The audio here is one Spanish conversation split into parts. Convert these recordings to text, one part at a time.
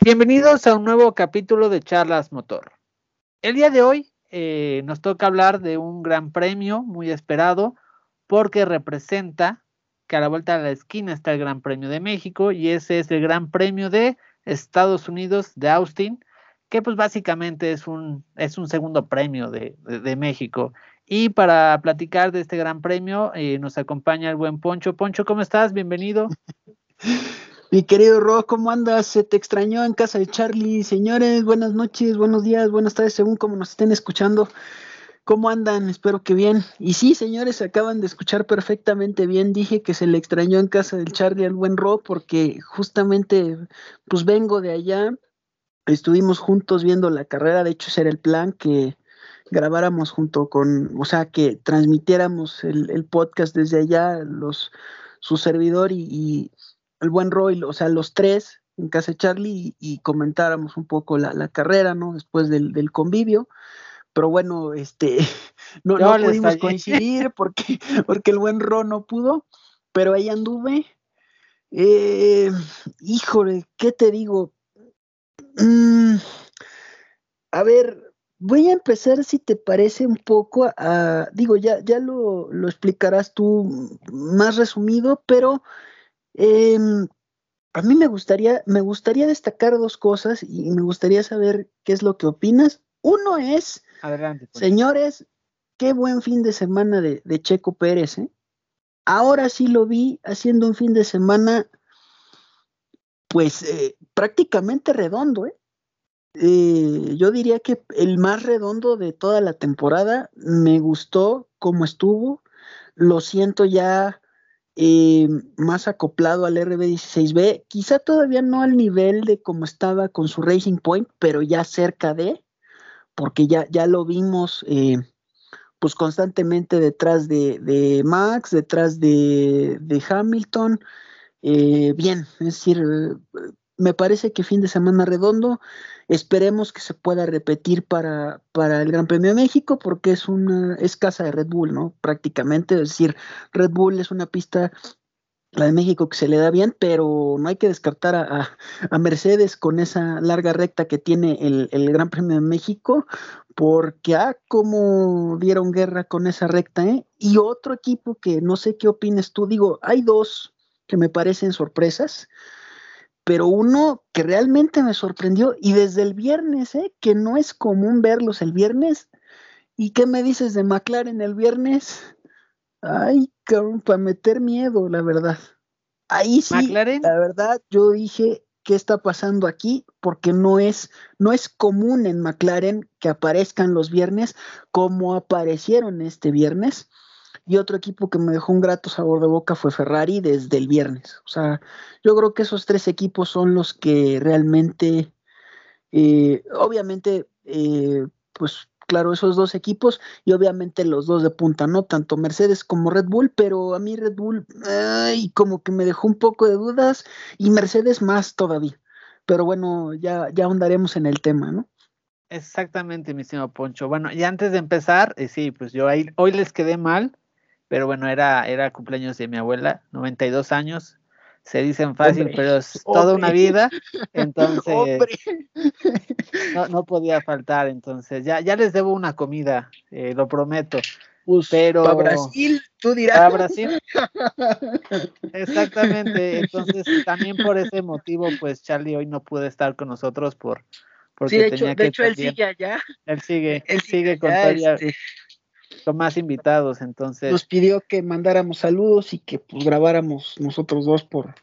Bienvenidos a un nuevo capítulo de Charlas Motor. El día de hoy nos toca hablar de un gran premio muy esperado porque representa que a la vuelta de la esquina está el Gran Premio de México y ese es el Gran Premio de Estados Unidos de Austin, que pues básicamente es un segundo premio de México. Y para platicar de este Gran Premio nos acompaña el buen Poncho. Poncho, ¿cómo estás? Bienvenido. Mi querido Ro, ¿cómo andas? Se te extrañó en casa de Charlie. Señores, buenas noches, buenos días, buenas tardes, según como nos estén escuchando. ¿Cómo andan? Espero que bien. Y sí, señores, acaban de escuchar perfectamente bien. Dije que se le extrañó en casa del Charlie al buen Ro porque justamente pues vengo de allá. Estuvimos juntos viendo la carrera. De hecho, ese era el plan, que grabáramos junto con, o sea, que transmitiéramos el podcast desde allá, su servidor y el buen Roy, o sea, los tres en casa de Charlie y comentáramos un poco la carrera, ¿no? Después del convivio. Pero bueno, no pudimos coincidir porque el buen Ro no pudo, pero ahí anduve. Híjole, ¿qué te digo? A ver, voy a empezar, si te parece, un poco digo, ya lo explicarás tú más resumido, pero a mí me gustaría destacar dos cosas y me gustaría saber qué es lo que opinas. Uno es, Adelante, Poncho. señores, qué buen fin de semana de Checo Pérez, ¿eh? Ahora sí lo vi haciendo un fin de semana, pues prácticamente redondo, ¿eh? Yo diría que el más redondo de toda la temporada. Me gustó cómo estuvo. Lo siento ya más acoplado al RB16B. Quizá todavía no al nivel de cómo estaba con su Racing Point, pero ya cerca de, porque ya lo vimos pues constantemente detrás de Max, detrás de Hamilton. Bien, es decir, me parece que fin de semana redondo. Esperemos que se pueda repetir para el Gran Premio de México, porque es casa de Red Bull, ¿no? Prácticamente, es decir, Red Bull es una pista, la de México, que se le da bien, pero no hay que descartar a Mercedes con esa larga recta que tiene el Gran Premio de México, porque como dieron guerra con esa recta, ¿eh? Y otro equipo que no sé qué opines tú, digo, hay dos que me parecen sorpresas, pero uno que realmente me sorprendió, y desde el viernes, que no es común verlos el viernes. ¿Y qué me dices de McLaren el viernes? Ay, cabrón, para meter miedo, la verdad. Ahí sí, McLaren. la verdad, yo dije, ¿qué está pasando aquí? Porque no es común en McLaren que aparezcan los viernes como aparecieron este viernes. Y otro equipo que me dejó un grato sabor de boca fue Ferrari desde el viernes. O sea, yo creo que esos tres equipos son los que realmente, obviamente, pues claro, esos dos equipos y obviamente los dos de punta, ¿no? Tanto Mercedes como Red Bull, pero a mí Red Bull, ay, como que me dejó un poco de dudas, y Mercedes más todavía. Pero bueno, ya ahondaremos en el tema, ¿no? Exactamente, mi estimado Poncho. Bueno, y antes de empezar, sí, pues yo hoy les quedé mal, pero bueno, era cumpleaños de mi abuela, 92 años. Se dicen fácil, Hombre, pero es toda una hombre, vida, entonces hombre. no podía faltar. Entonces ya les debo una comida, lo prometo. Pues para Pero Brasil, tú dirás. para Brasil, exactamente. Entonces también por ese motivo, pues Charlie hoy no pudo estar con nosotros Sí, porque tenía de que hecho él también. sigue allá. Él Él sigue sigue con allá, todavía con más invitados, entonces, nos pidió que mandáramos saludos y que pues grabáramos nosotros dos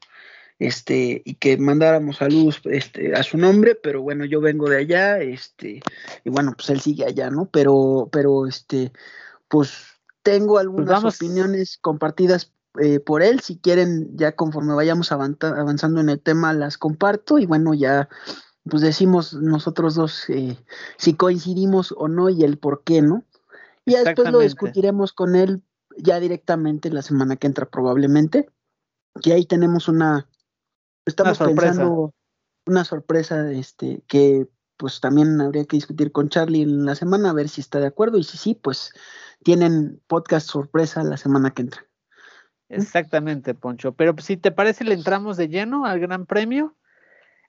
y que mandáramos saludos a su nombre. Pero bueno, yo vengo de allá, y bueno, pues él sigue allá, ¿no? Pero pues tengo pues algunas vamos, opiniones compartidas por él. Si quieren, ya conforme vayamos avanzando en el tema, las comparto, y bueno, ya pues decimos nosotros dos si coincidimos o no y el por qué, ¿no? Y ya después lo exactamente, discutiremos con él ya directamente la semana que entra, probablemente. Que ahí tenemos una estamos sorpresa. pensando una sorpresa, que pues también habría que discutir con Charlie en la semana, a ver si está de acuerdo, y si sí, pues tienen podcast sorpresa la semana que entra. Exactamente, Poncho. Pero pues, si te parece, le entramos de lleno al Gran Premio.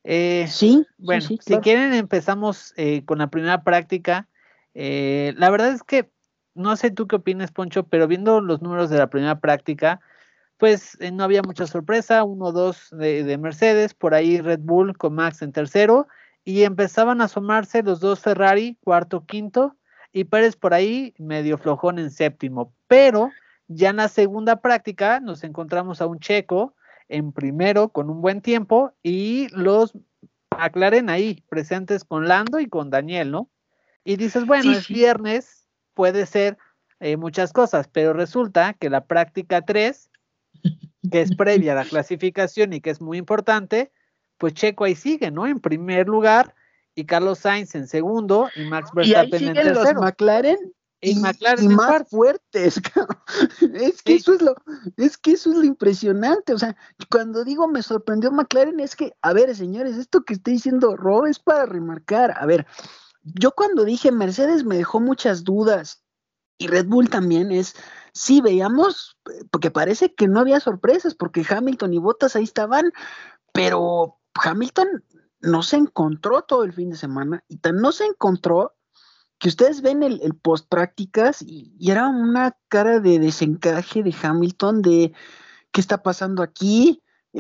Bueno, sí, si claro. quieren empezamos con la primera práctica. La verdad es que no sé tú qué opinas, Poncho, pero viendo los números de la primera práctica, pues no había mucha sorpresa, 1-2 de Mercedes, por ahí Red Bull con Max en tercero, y empezaban a asomarse los dos Ferrari, cuarto, quinto, y Pérez por ahí medio flojón en séptimo, pero ya en la segunda práctica nos encontramos a un Checo en primero con un buen tiempo y los McLaren ahí presentes con Lando y con Daniel, ¿no? Y dices, bueno, Sí, es sí. viernes, puede ser muchas cosas, pero resulta que la práctica 3 que es previa a la clasificación y que es muy importante, pues Checo ahí sigue, ¿no? En primer lugar y Carlos Sainz en segundo y Max Y ahí Verstappen en siguen los tercero McLaren y y McLaren en más cuarto. fuertes, cabrón. Es que Sí, eso es lo impresionante. O sea, cuando digo me sorprendió McLaren, es que, a ver, señores, esto que estoy diciendo Rob es para remarcar. A ver, yo cuando dije Mercedes me dejó muchas dudas y Red Bull también sí veíamos, porque parece que no había sorpresas, porque Hamilton y Bottas ahí estaban, pero Hamilton no se encontró todo el fin de semana y tan no se encontró que ustedes ven el post prácticas y era una cara de desencaje de Hamilton de qué está pasando aquí,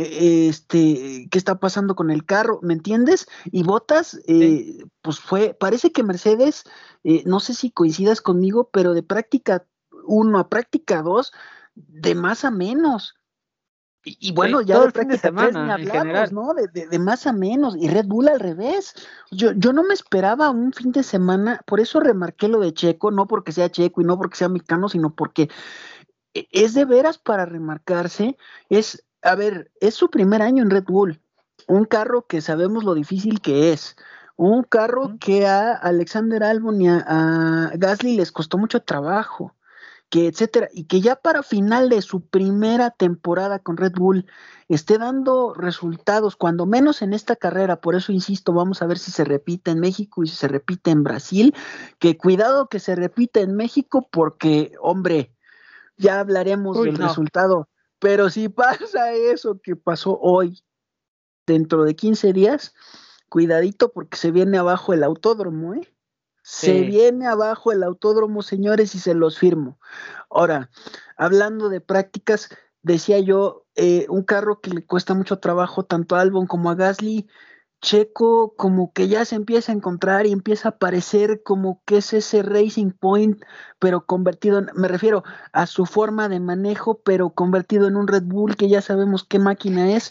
qué está pasando con el carro, ¿me entiendes? Y Bottas, sí, pues parece que Mercedes, no sé si coincidas conmigo, pero de práctica 1 a práctica 2, de más a menos. Y bueno, sí, ya todo de el fin de práctica 3 ni semana en hablamos, general. ¿no? De más a menos. Y Red Bull al revés. Yo no me esperaba un fin de semana, por eso remarqué lo de Checo, no porque sea Checo y no porque sea mexicano, sino porque es de veras para remarcarse. A ver, es su primer año en Red Bull. Un carro que sabemos lo difícil que es. Un carro ¿Mm? que a Alexander Albon y a Gasly les costó mucho trabajo que etcétera, y que ya para final de su primera temporada con Red Bull esté dando resultados, cuando menos en esta carrera, por eso insisto, vamos a ver si se repite en México y si se repite en Brasil, que cuidado que se repite en México porque, hombre, ya hablaremos Uy, del no, resultado, pero si pasa eso que pasó hoy, dentro de 15 días, cuidadito porque se viene abajo el autódromo, ¿eh? Se sí, viene abajo el autódromo, señores, y se los firmo. Ahora, hablando de prácticas, decía yo, un carro que le cuesta mucho trabajo tanto a Albon como a Gasly, Checo como que ya se empieza a encontrar y empieza a parecer como que es ese Racing Point, pero convertido me refiero a su forma de manejo, pero convertido en un Red Bull que ya sabemos qué máquina es.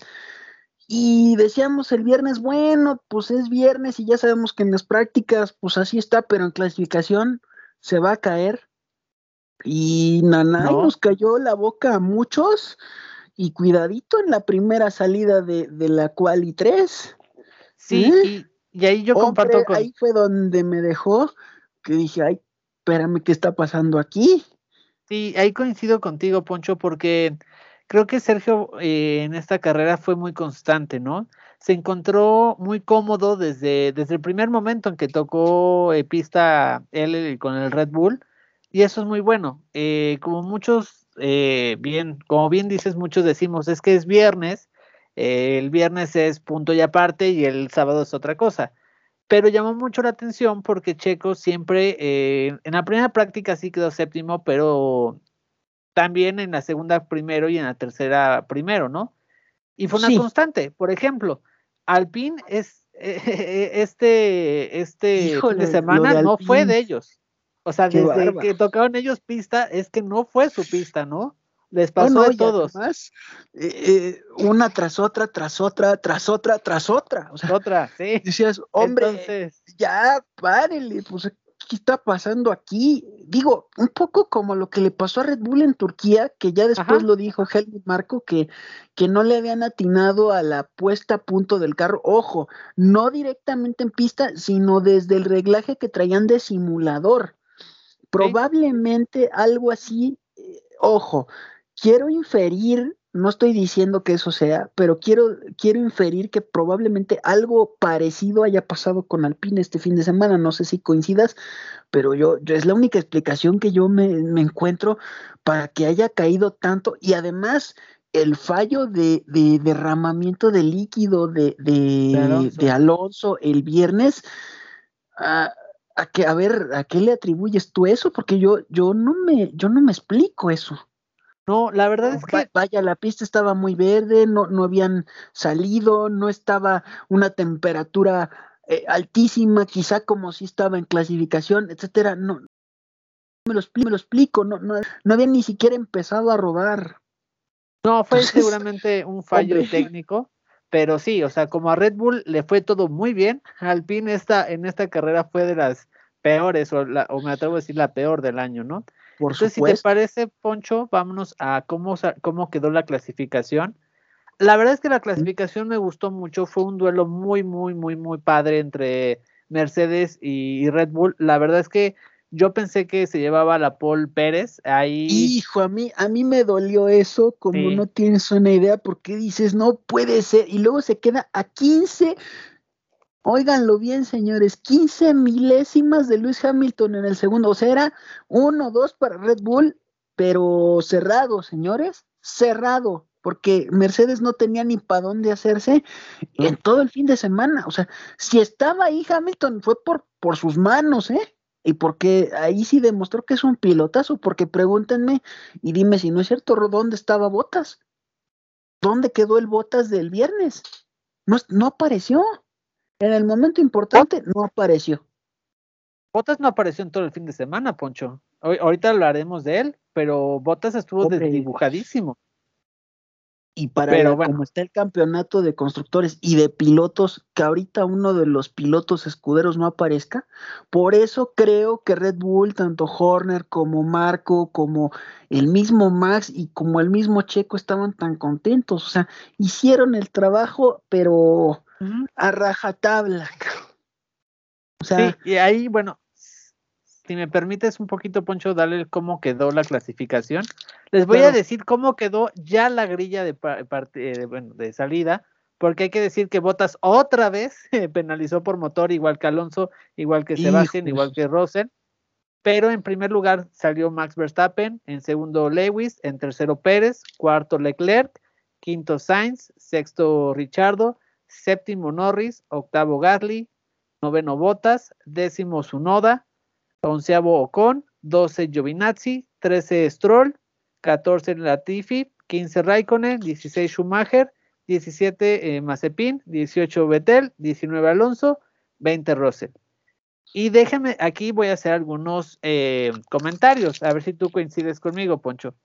Y decíamos el viernes, bueno, pues es viernes y ya sabemos que en las prácticas, pues así está, pero en clasificación se va a caer. Y Nanay no, nos cayó la boca a muchos y cuidadito en la primera salida de la quali 3. sí, y ahí yo comparto Hombre, con, ahí fue donde me dejó, que dije, ay, espérame, ¿qué está pasando aquí? sí, ahí coincido contigo, Poncho, porque creo que Sergio en esta carrera fue muy constante, ¿no? Se encontró muy cómodo desde el primer momento en que tocó pista él con el Red Bull, y eso es muy bueno. Como muchos, como bien dices, muchos decimos, es que es viernes, el viernes es punto y aparte y el sábado es otra cosa, pero llamó mucho la atención porque Checo siempre, en la primera práctica sí quedó séptimo, pero también en la segunda primero y en la tercera primero, ¿no? Y fue una Sí, constante. Por ejemplo, Alpine este fin de híjole, lo semana de no fue Alpine, de ellos. O sea, qué desde que bárbaro. tocaron ellos pista, es que no fue su pista, ¿no? Les No, pasó no, de y todos. además, una tras otra, tras otra, tras otra, tras otra. O sea, Otra, sí. decías, hombre, Entonces, ya párele, pues, ¿qué está pasando aquí? Digo, un poco como lo que le pasó a Red Bull en Turquía, que ya después ajá, lo dijo Helmut Marko, que no le habían atinado a la puesta a punto del carro. Ojo, no directamente en pista, sino desde el reglaje que traían de simulador. sí, Probablemente algo así, ojo, quiero inferir, no estoy diciendo que eso sea, pero quiero inferir que probablemente algo parecido haya pasado con Alpine este fin de semana. No sé si coincidas, pero yo es la única explicación que yo me encuentro para que haya caído tanto y además el fallo de derramamiento de líquido de Alonso el viernes, a qué le atribuyes tú eso? Porque yo no me explico eso. No, la verdad es que Vaya, la pista estaba muy verde, no habían salido, no estaba una temperatura altísima, quizá como si estaba en clasificación, etcétera. No me lo explico, no habían ni siquiera empezado a rodar. no, fue seguramente un fallo hombre. técnico, pero sí, o sea, como a Red Bull le fue todo muy bien, Alpine en esta carrera fue de las peores, o me atrevo a decir la peor del año, ¿no? Por Entonces, si te supuesto. parece, Poncho, vámonos a cómo quedó la clasificación. La verdad es que la clasificación me gustó mucho, fue un duelo muy, muy, muy, muy padre entre Mercedes y Red Bull. La verdad es que yo pensé que se llevaba la pole Pérez, ahí Hijo, a mí me dolió eso, como sí. no tienes una idea, porque dices, no puede ser, y luego se queda a 15, óiganlo bien, señores, 15 milésimas de Lewis Hamilton en el segundo, o sea, era 1-2 para Red Bull, pero cerrado, señores, cerrado, porque Mercedes no tenía ni para dónde hacerse en ¿No? todo el fin de semana, o sea, si estaba ahí Hamilton fue por sus manos, ¿eh? Y porque ahí sí demostró que es un pilotazo, porque pregúntenme y dime si no es cierto, ¿dónde estaba Bottas? ¿Dónde quedó el Bottas del viernes? No apareció. En el momento importante no apareció. Bottas no apareció en todo el fin de semana, Poncho. Ahorita hablaremos de él, pero Bottas estuvo Hombre, desdibujadísimo. y para Pero bueno, como está el campeonato de constructores y de pilotos, que ahorita uno de los pilotos escuderos no aparezca, por eso creo que Red Bull, tanto Horner como Marco, como el mismo Max y como el mismo Checo estaban tan contentos, o sea, hicieron el trabajo, pero a rajatabla, o sea, sí, y ahí, bueno, si me permites un poquito, Poncho, darle cómo quedó la clasificación. Les voy a claro. decir cómo quedó ya la grilla bueno, de salida, porque hay que decir que Bottas otra vez penalizó por motor, igual que Alonso, igual que Sebastián, Hijos. igual que Rosen. Pero en primer lugar salió Max Verstappen, en segundo Lewis, en tercero Pérez, cuarto Leclerc, quinto Sainz, sexto Richardo, séptimo Norris, octavo Gasly, noveno Bottas, décimo Tsunoda, onceavo Ocon, 12 Giovinazzi, 13 Stroll, 14 Latifi, 15 Raikkonen, 16 Schumacher, 17 Mazepin, 18 Vettel, 19 Alonso, 20 Russell. Y déjame, aquí voy a hacer algunos comentarios, a ver si tú coincides conmigo, Poncho.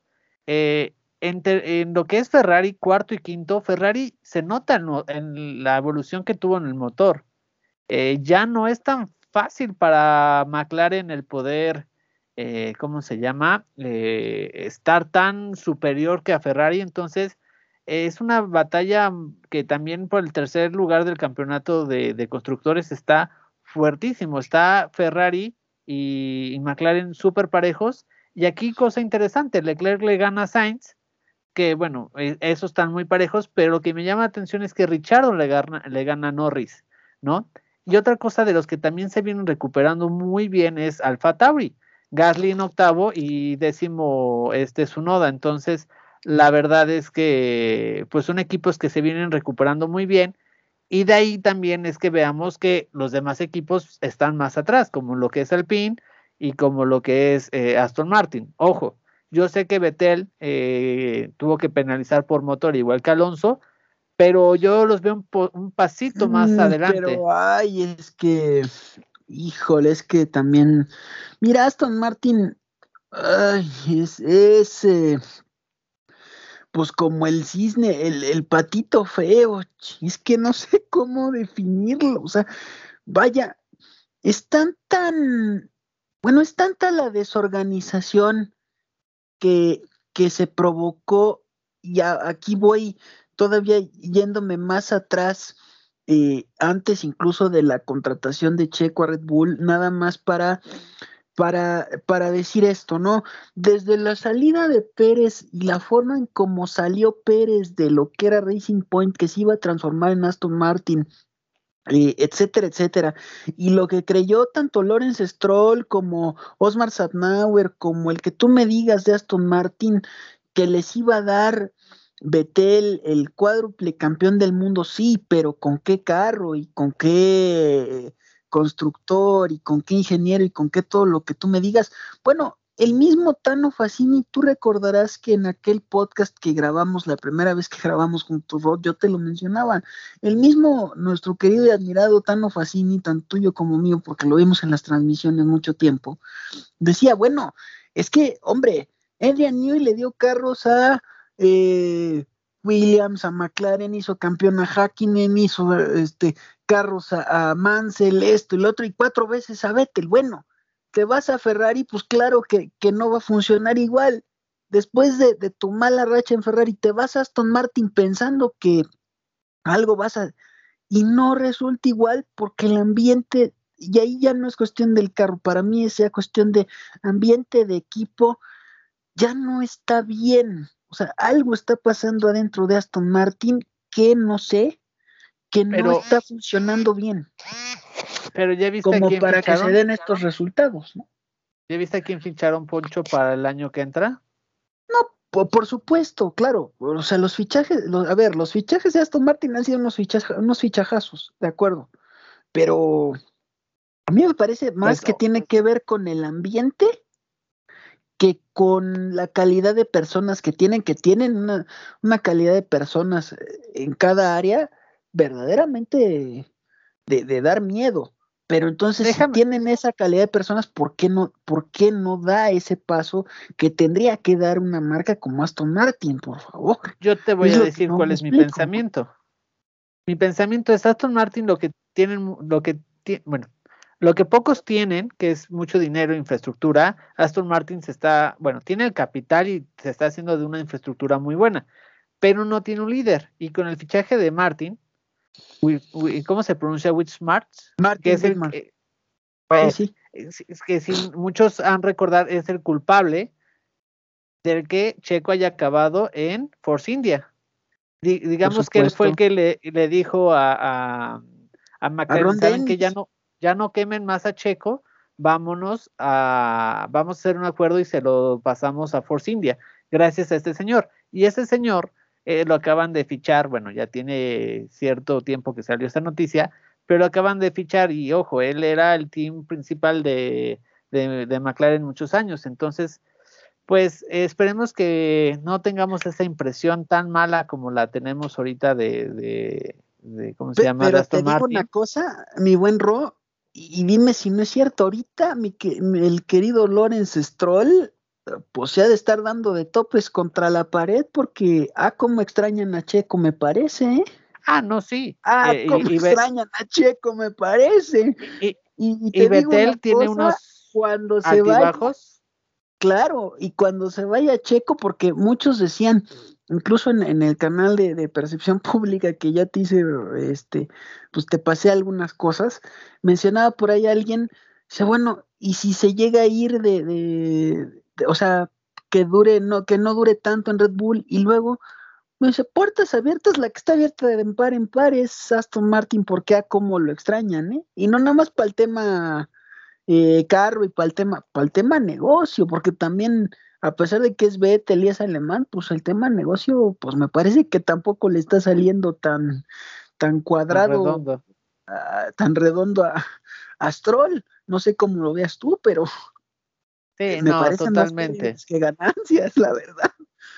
En lo que es Ferrari, cuarto y quinto, Ferrari se nota en la evolución que tuvo en el motor. Ya no es tan fácil para McLaren el poder, ¿cómo se llama? Estar tan superior que a Ferrari. Entonces, es una batalla que también por el tercer lugar del campeonato de constructores está fuertísimo. Está Ferrari y McLaren súper parejos. Y aquí cosa interesante, Leclerc le gana a Sainz, que bueno, esos están muy parejos, pero lo que me llama la atención es que Richardo le gana a Norris, ¿no? Y otra cosa de los que también se vienen recuperando muy bien es Alfa Tauri, Gasly en octavo y décimo Tsunoda. Entonces, la verdad es que pues son equipos que se vienen recuperando muy bien, y de ahí también es que veamos que los demás equipos están más atrás, como lo que es Alpine y como lo que es Aston Martin. Ojo, yo sé que Vettel tuvo que penalizar por motor igual que Alonso, pero yo los veo un pasito más adelante. Pero ay, es que, híjole, es que también, mira, Aston Martin, ay, pues como el cisne, el patito feo, es que no sé cómo definirlo, o sea, vaya, bueno, es tanta la desorganización que, que se provocó, y aquí voy todavía yéndome más atrás, antes incluso de la contratación de Checo a Red Bull, nada más para decir esto, ¿no? Desde la salida de Pérez y la forma en cómo salió Pérez de lo que era Racing Point, que se iba a transformar en Aston Martin, etcétera, etcétera. Y lo que creyó tanto Lawrence Stroll como Osmar Zadnauer, como el que tú me digas de Aston Martin, que les iba a dar Vettel, el cuádruple campeón del mundo, sí, pero ¿con qué carro y con qué constructor y con qué ingeniero y con qué todo lo que tú me digas? Bueno, el mismo Tano Facini, tú recordarás que en aquel podcast que grabamos, la primera vez que grabamos juntos, Rod, yo te lo mencionaba, el mismo, nuestro querido y admirado Tano Facini, tan tuyo como mío, porque lo vimos en las transmisiones mucho tiempo, decía, bueno, es que, hombre, Adrian Newey le dio carros a Williams, a McLaren, hizo campeón a Hakkinen, hizo carros a Mansell, esto y lo otro, y 4 veces a Vettel. Bueno, te vas a Ferrari, pues claro que no va a funcionar igual. Después de tu mala racha en Ferrari, te vas a Aston Martin pensando que algo vas a... Y no resulta igual porque el ambiente, y ahí ya no es cuestión del carro, para mí es ya cuestión de ambiente de equipo, ya no está bien. O sea, algo está pasando adentro de Aston Martin que no sé, que no está funcionando bien. Pero ya viste a como quién para ficharon. Que se den estos resultados, ¿no? ¿Ya viste a quién ficharon, Poncho, para el año que entra? No, por supuesto, claro. O sea, los fichajes, los fichajes de Aston Martin han sido unos fichajazos, de acuerdo. Pero a mí me parece más que tiene que ver con el ambiente que con la calidad de personas que tienen una calidad de personas en cada área verdaderamente de dar miedo. Pero entonces, si tienen esa calidad de personas, ¿por qué no da ese paso que tendría que dar una marca como Aston Martin, por favor? Yo te voy a decir cuál es mi pensamiento. Mi pensamiento es Aston Martin lo que pocos tienen, que es mucho dinero e infraestructura. Aston Martin tiene el capital y se está haciendo de una infraestructura muy buena, pero no tiene un líder. Y con el fichaje de Martin, ¿cómo se pronuncia? Whitmart, que es el que, es que si muchos han recordado, es el culpable del que Checo haya acabado en Force India. Digamos que él fue el que le dijo a McLaren, saben que ya no quemen más a Checo, vamos a hacer un acuerdo y se lo pasamos a Force India, gracias a este señor. Y ese señor lo acaban de fichar, bueno, ya tiene cierto tiempo que salió esta noticia, pero lo acaban de fichar y ojo, él era el team principal de McLaren muchos años, entonces pues esperemos que no tengamos esa impresión tan mala como la tenemos ahorita de ¿cómo se llama? Pero te digo una cosa, mi buen Ro, y dime si no es cierto, ahorita el querido Lawrence Stroll, pues se ha de estar dando de topes contra la pared porque, cómo extrañan a Checo, me parece, ¿eh? No, sí. Cómo extrañan a Checo, me parece. Y te digo Vettel tiene unos cuando se altibajos. Claro, y cuando se vaya Checo, porque muchos decían, incluso en el canal de Percepción Pública que ya te hice, pues te pasé algunas cosas, mencionaba por ahí alguien, dice, bueno, y si se llega a ir o sea, que no dure tanto en Red Bull, y luego me dice, puertas abiertas, la que está abierta de par en par es Aston Martin, porque cómo lo extrañan, ¿eh? Y no nada más para el tema carro y para el tema negocio, porque también, a pesar de que es Vettel y es alemán, pues el tema negocio, pues me parece que tampoco le está saliendo tan cuadrado, tan redondo a Stroll. No sé cómo lo veas tú, pero me parece totalmente. más que ganancias, la verdad.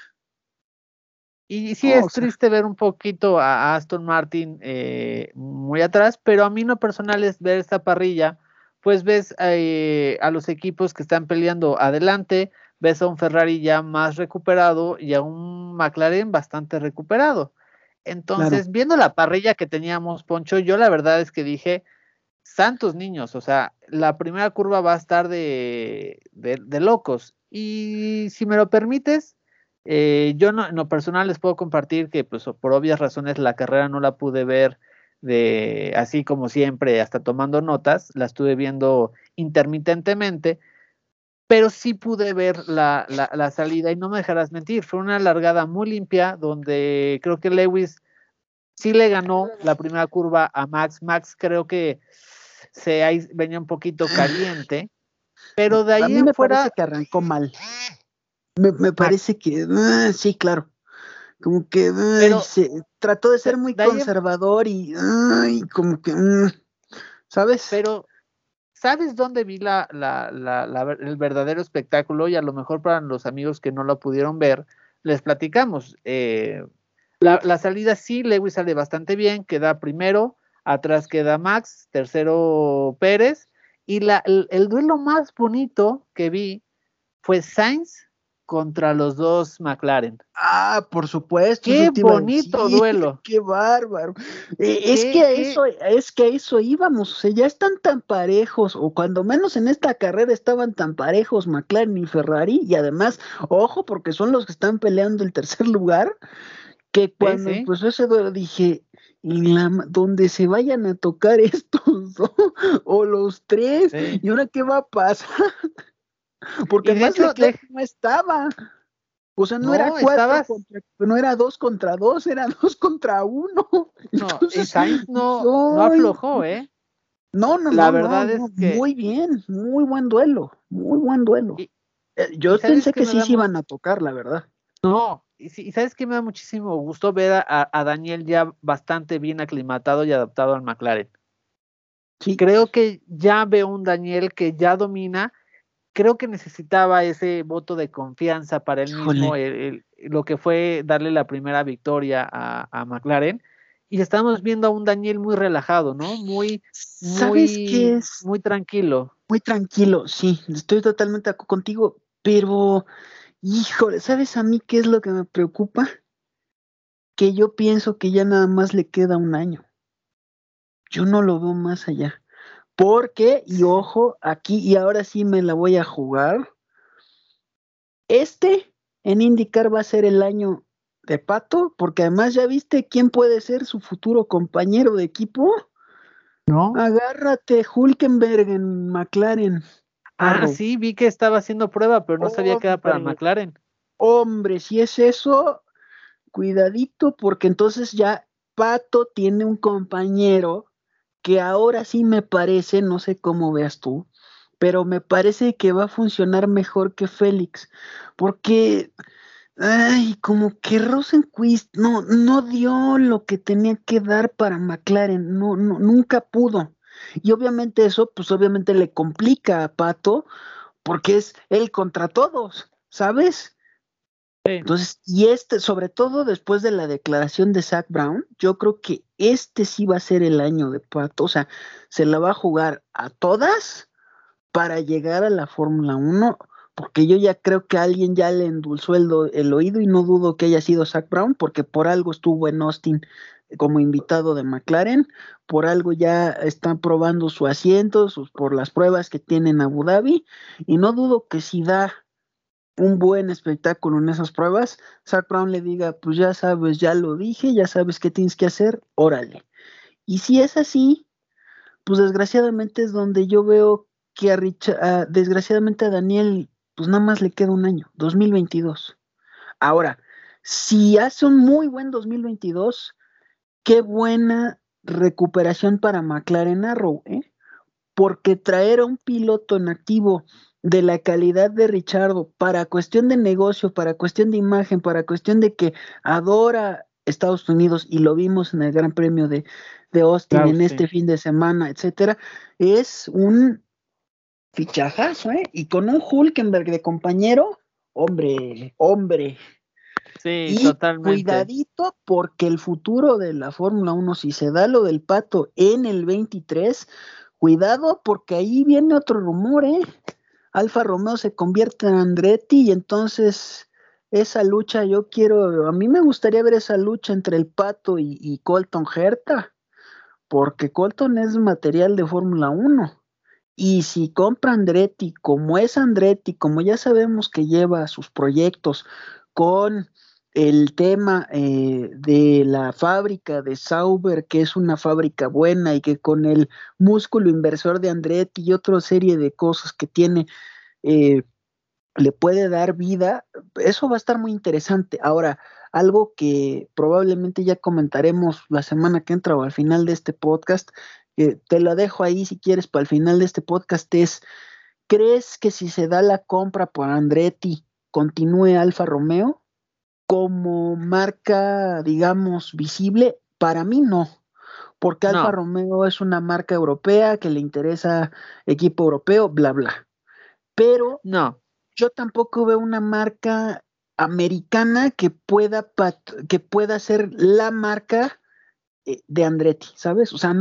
Y sí es triste ver un poquito a Aston Martin muy atrás, pero a mí lo personal es ver esta parrilla, pues ves a los equipos que están peleando adelante, ves a un Ferrari ya más recuperado y a un McLaren bastante recuperado. Entonces, viendo la parrilla que teníamos, Poncho, yo la verdad es que dije, santos niños, o sea, la primera curva va a estar de locos. Y si me lo permites, yo en lo personal les puedo compartir que pues por obvias razones la carrera no la pude ver así como siempre, hasta tomando notas, la estuve viendo intermitentemente, pero sí pude ver la salida y no me dejarás mentir, fue una largada muy limpia donde creo que Lewis sí le ganó la primera curva a Max. Max creo que ahí venía un poquito caliente, pero de ahí a mí me parece que arrancó mal. Me parece que sí, claro. Como que Pero trató de ser muy de ahí, conservador y como que, ¿sabes? pero ¿sabes dónde vi el verdadero espectáculo? Y a lo mejor para los amigos que no lo pudieron ver, les platicamos. La salida sí, Lewis sale bastante bien, queda primero, atrás queda Max, tercero Pérez, y el duelo más bonito que vi fue Sainz contra los dos McLaren. Por supuesto, eso ¡Qué te iba a bonito decir, duelo! qué bárbaro. Es que ¿Qué, qué? es que a eso íbamos, o sea, ya están tan parejos, o cuando menos en esta carrera estaban tan parejos McLaren y Ferrari, y además, ojo, porque son los que están peleando el tercer lugar, que Sí, cuando sí, empezó ese duelo dije, donde se vayan a tocar estos dos, o los tres, sí. ¿y ahora qué va a pasar? Porque Y de además hecho, Leclerc no estaba. O sea, no era no, cuatro estabas, contra, no era 2 contra 2, era 2 contra 1. no, y Entonces, Sainz no ay, aflojó, ¿eh? no, no, La no, no, verdad no, es que, muy bien, muy buen duelo, muy buen duelo. y, y Yo sabes pensé que que me sí da se iban a tocar, la verdad. no, y sabes que me da muchísimo gusto ver a Daniel ya bastante bien aclimatado y adaptado al McLaren. Sí, Creo que ya veo un Daniel que ya domina, creo que necesitaba ese voto de confianza para él mismo, híjole. lo que fue darle la primera victoria a McLaren, y estamos viendo a un Daniel muy relajado, ¿no? ¿Sabes qué es? Muy tranquilo. Muy tranquilo, sí, estoy totalmente de acuerdo contigo, pero, híjole, ¿sabes a mí qué es lo que me preocupa? Que yo pienso que ya nada más le queda un año. Yo no lo veo más allá. Porque, y ojo, aquí y ahora sí me la voy a jugar. Este en IndyCar va a ser el año de Pato, porque además ya viste quién puede ser su futuro compañero de equipo. ¿No? Agárrate, Hulkenberg en McLaren. Ah, Arro. sí, vi que estaba haciendo prueba, pero no sabía que era para Hombre, McLaren. hombre, si es eso, cuidadito, porque entonces ya Pato tiene un compañero que ahora sí me parece, no sé cómo veas tú, pero me parece que va a funcionar mejor que Félix, porque, ay, como que Rosenquist no dio lo que tenía que dar para McLaren, nunca pudo. Y obviamente eso, pues obviamente le complica a Pato, porque es él contra todos, ¿sabes? Sí, Entonces, y sobre todo después de la declaración de Zach Brown, yo creo que este sí va a ser el año de Pato, o sea, se la va a jugar a todas para llegar a la Fórmula 1, porque yo ya creo que alguien ya le endulzó el oído y no dudo que haya sido Zach Brown, porque por algo estuvo en Austin como invitado de McLaren, por algo ya están probando su asiento, por las pruebas que tiene en Abu Dhabi, y no dudo que si da un buen espectáculo en esas pruebas, Zach Brown le diga, pues ya sabes, ya lo dije, ya sabes qué tienes que hacer, órale. Y si es así, pues desgraciadamente es donde yo veo que desgraciadamente a Daniel, pues nada más le queda un año, 2022. Ahora, si hace un muy buen 2022, qué buena recuperación para McLaren Arrow, ¿eh? Porque traer a un piloto en activo de la calidad de Richardo para cuestión de negocio, para cuestión de imagen, para cuestión de que adora Estados Unidos y lo vimos en el Gran Premio de Austin claro, en este sí. fin de semana, etcétera, es un fichajazo, ¿eh? Y con un Hulkenberg de compañero, hombre, hombre. Sí, Y totalmente. cuidadito porque el futuro de la Fórmula 1, si se da lo del Pato en el 23, cuidado porque ahí viene otro rumor, ¿eh? Alfa Romeo se convierte en Andretti y entonces esa lucha a mí me gustaría ver esa lucha entre el Pato y Colton Herta, porque Colton es material de Fórmula 1. Y si compra Andretti, como es Andretti, como ya sabemos que lleva sus proyectos con el tema de la fábrica de Sauber, que es una fábrica buena y que con el músculo inversor de Andretti y otra serie de cosas que tiene, eh, le puede dar vida, eso va a estar muy interesante. Ahora, algo que probablemente ya comentaremos la semana que entra o al final de este podcast, te lo dejo ahí si quieres para el final de este podcast, es, ¿crees que si se da la compra por Andretti, continúe Alfa Romeo? como marca, digamos, visible, para mí no, porque Alfa No, Romeo es una marca europea que le interesa equipo europeo, bla, bla. Pero no. yo tampoco veo una marca americana que pueda ser la marca de Andretti, ¿sabes? O sea,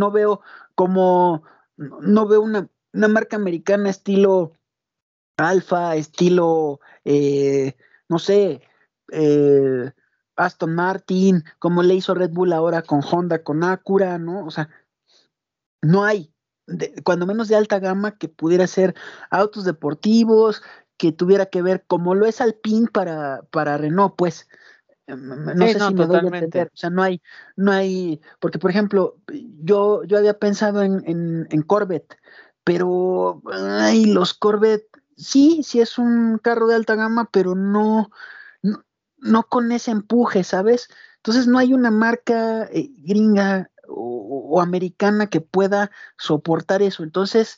no veo una marca americana estilo Alfa, estilo, no sé, eh, Aston Martin, como le hizo Red Bull ahora con Honda, con Acura, ¿no? O sea, no hay, cuando menos de alta gama, que pudiera ser autos deportivos, que tuviera que ver como lo es Alpine para Renault, pues. No Sí, sé no, si me doy a entender, totalmente. o sea, no hay, porque por ejemplo, yo había pensado en Corvette, pero ay, los Corvette, sí es un carro de alta gama, pero no, no con ese empuje, ¿sabes? Entonces no hay una marca gringa o americana que pueda soportar eso. Entonces,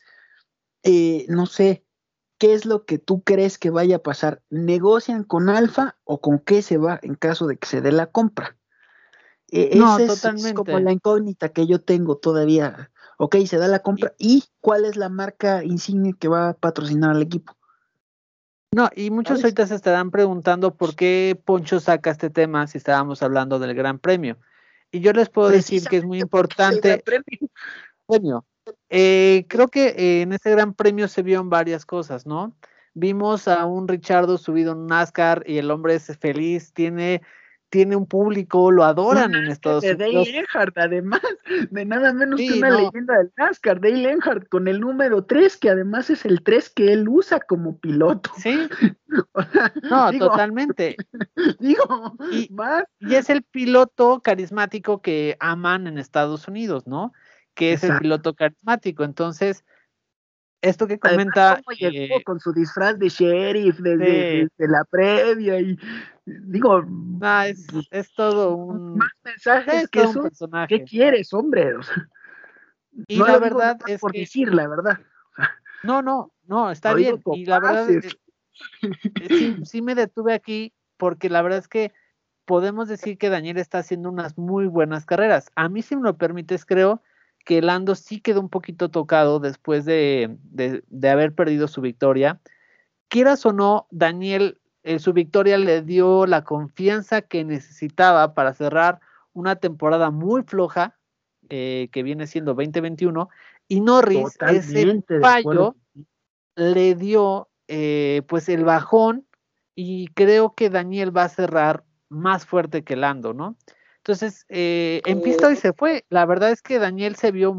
no sé, ¿qué es lo que tú crees que vaya a pasar? ¿Negocian con Alfa o con qué se va en caso de que se dé la compra? No, Esa es como totalmente. la incógnita que yo tengo todavía. Ok, se da la compra. ¿Y cuál es la marca insignia que va a patrocinar al equipo? No, y muchos ¿Sabes? ahorita se estarán preguntando por qué Poncho saca este tema si estábamos hablando del Gran Premio. Y yo les puedo decir que es muy Precisamente porque es el Gran importante Premio. premio. Creo que en ese Gran Premio se vieron varias cosas, ¿no? Vimos a un Richardo subido en un NASCAR y el hombre es feliz, tiene un público, lo Un adoran en NASCAR Estados de Dale Unidos. Earnhardt, además, de nada menos que Sí, una no, leyenda del NASCAR, Dale Earnhardt, con el número 3 que además es el 3 que él usa como piloto. sí, O sea, no, digo, totalmente. digo, Y, más. y es el piloto carismático que aman en Estados Unidos, ¿no? Que es el Exacto. piloto carismático. Entonces, esto que Además, comenta, cómo llegó con su disfraz de sheriff desde la previa y digo, pues, es todo más un, mensajes es que todo un eso, ¿qué personaje. quieres, hombre? O sea, Y no la lo digo nada verdad más es por que, decir, la verdad. no, está Lo digo bien. con Y la verdad, bases. sí me detuve aquí porque la verdad es que podemos decir que Daniel está haciendo unas muy buenas carreras. A mí, si me lo permites, creo que Lando sí quedó un poquito tocado después de haber perdido su victoria. Quieras o no, Daniel, su victoria le dio la confianza que necesitaba para cerrar una temporada muy floja, que viene siendo 2021, y Norris, ese Totalmente de acuerdo. fallo le dio pues el bajón y creo que Daniel va a cerrar más fuerte que Lando, ¿no? Entonces, en pista hoy se fue. La verdad es que Daniel se vio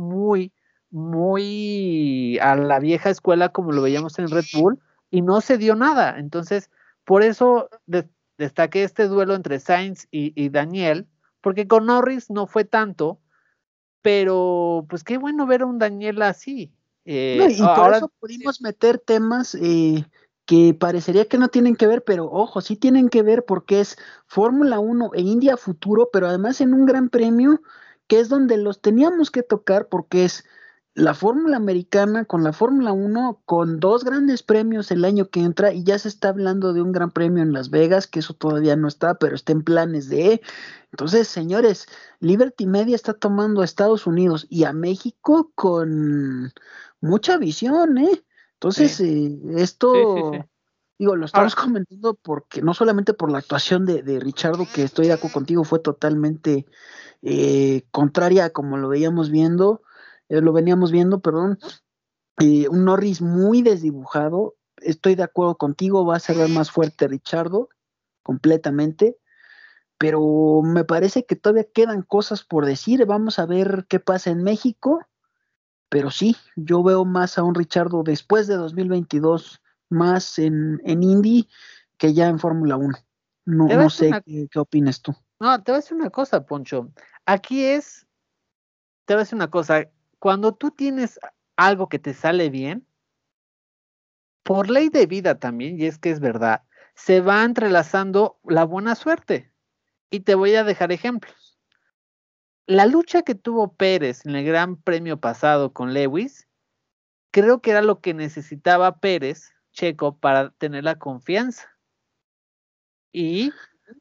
muy a la vieja escuela como lo veíamos en Red Bull y no se dio nada. Entonces, por eso destaqué este duelo entre Sainz y Daniel, porque con Norris no fue tanto, pero pues qué bueno ver a un Daniel así. No, y por Ahora, eso pudimos meter temas que parecería que no tienen que ver, pero ojo, sí tienen que ver porque es Fórmula 1 e India Futuro, pero además en un gran premio que es donde los teníamos que tocar porque es la Fórmula Americana con la Fórmula 1 con dos grandes premios el año que entra y ya se está hablando de un gran premio en Las Vegas, que eso todavía no está, pero está en planes de... Entonces, señores, Liberty Media está tomando a Estados Unidos y a México con mucha visión, ¿eh? Entonces, sí, sí. esto, digo, lo estamos Ahora, comentando porque no solamente por la actuación de Richardo, que estoy de acuerdo contigo, fue totalmente contraria a como lo veníamos viendo, perdón, un Norris muy desdibujado, estoy de acuerdo contigo, va a ser más fuerte Richardo, completamente, pero me parece que todavía quedan cosas por decir, vamos a ver qué pasa en México, pero sí, yo veo más a un Richardo después de 2022, más en Indy que ya en Fórmula 1. te No, voy a no decir sé una, qué opinas tú. no, te voy a decir una cosa, Poncho. Aquí te voy a decir una cosa. Cuando tú tienes algo que te sale bien, por ley de vida también, y es que es verdad, se va entrelazando la buena suerte. Y te voy a dejar ejemplos. La lucha que tuvo Pérez en el Gran Premio pasado con Lewis, creo que era lo que necesitaba Pérez, Checo, para tener la confianza. Y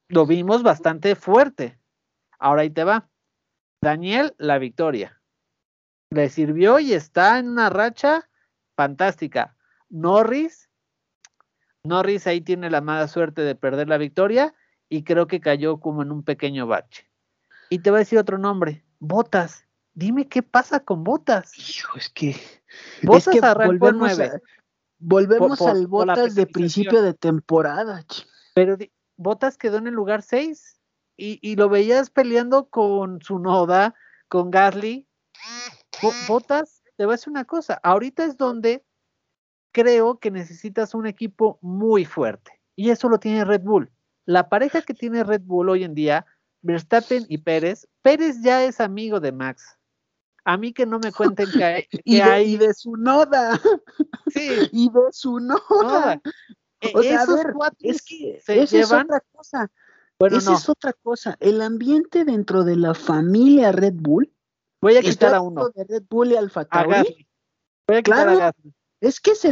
lo vimos bastante fuerte. Ahora ahí te va. Daniel, la victoria. Le sirvió y está en una racha fantástica. Norris ahí tiene la mala suerte de perder la victoria y creo que cayó como en un pequeño bache. Y te voy a decir otro nombre, Bottas. Dime qué pasa con Bottas. Hijo, es que Bottas arrancó el 9. Volvemos por al la Bottas de penalización. principio de temporada. Pero Bottas quedó en el lugar 6 y lo veías peleando con Tsunoda, con Gasly. Bottas, te voy a decir una cosa, ahorita es donde creo que necesitas un equipo muy fuerte y eso lo tiene Red Bull. La pareja que tiene Red Bull hoy en día, Verstappen y Pérez ya es amigo de Max. A mí que no me cuenten que hay... Y de su noda. Sí, Y de su noda. no, O sea, a esos ver, cuatro es que se esa es llevan... otra cosa. Bueno, Esa no, es otra cosa. El ambiente dentro de la familia Red Bull, voy a estoy quitar a hablando uno, de Red Bull y Alfa a Tauri, Gasly. Voy a quitar a claro, Gasly. es que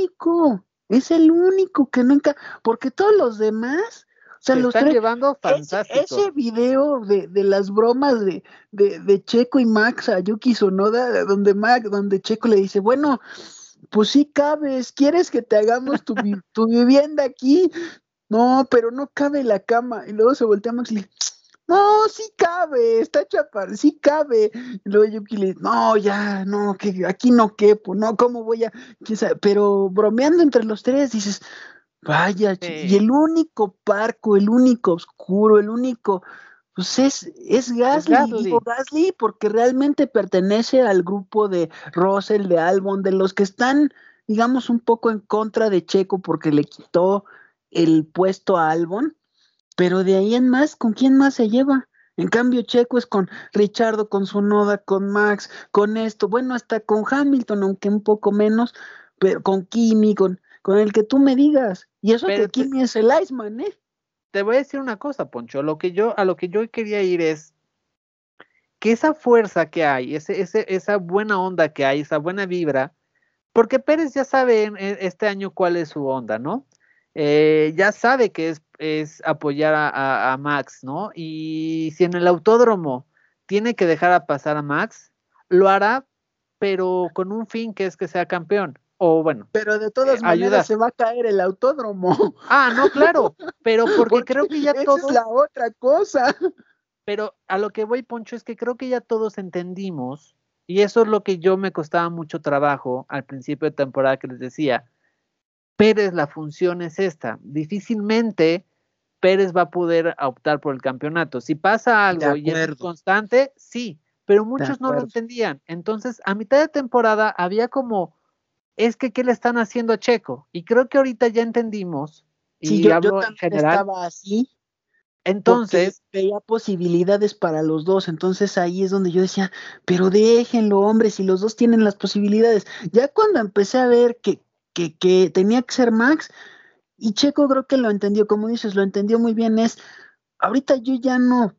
es el único que no encaja, porque todos los demás, o sea, Se los están tres, llevando fantástico. ese video de las bromas de Checo y Max a Yuki Tsunoda, donde Checo le dice, bueno, pues sí cabes, ¿quieres que te hagamos tu vivienda aquí? No, pero no cabe la cama. Y luego se voltea Max y le dice, no, sí cabe, está chapar, sí cabe. Y luego Yuki le dice, no, ya, no, que aquí no quepo, no, ¿cómo voy a? ¿Quién sabe? Pero bromeando entre los tres dices, vaya, y el único parco, el único oscuro, el único, pues es Es Gasly, digo Gasly. Gasly porque realmente pertenece al grupo de Russell, de Albon, de los que están, digamos, un poco en contra de Checo porque le quitó el puesto a Albon, pero de ahí en más, ¿con quién más se lleva? En cambio, Checo es con Richardo, con Tsunoda, con Max, con esto, bueno, hasta con Hamilton, aunque un poco menos, pero con Kimi, con el que tú me digas. Y eso que Pero Kimi es el Iceman, ¿eh? te voy a decir una cosa, Poncho. A lo que yo quería ir es que esa fuerza que hay, esa buena onda que hay, esa buena vibra, porque Pérez ya sabe este año cuál es su onda, ¿no? Ya sabe que es apoyar a Max, ¿no? Y si en el autódromo tiene que dejar a pasar a Max, lo hará, pero con un fin que es que sea campeón, o bueno, Pero de todas maneras ayudar. se va a caer el autódromo, Ah, no, claro, pero porque porque creo que ya esa es todos, la otra cosa. pero a lo que voy, Poncho, es que creo que ya todos entendimos, y eso es lo que yo me costaba mucho trabajo al principio de temporada que les decía, Pérez, la función es esta. Difícilmente Pérez va a poder optar por el campeonato. Si pasa De algo y es acuerdo, constante, sí, pero de muchos no lo acuerdo. entendían. Entonces, a mitad de temporada había como, es que, ¿qué le están haciendo a Checo? Y creo que ahorita ya entendimos, Sí, y yo hablo en también general, estaba así, porque entonces, veía posibilidades para los dos, entonces ahí es donde yo decía, pero déjenlo, hombre, si los dos tienen las posibilidades. Ya cuando empecé a ver que tenía que ser Max, y Checo creo que lo entendió, como dices, lo entendió muy bien, es, ahorita yo ya no,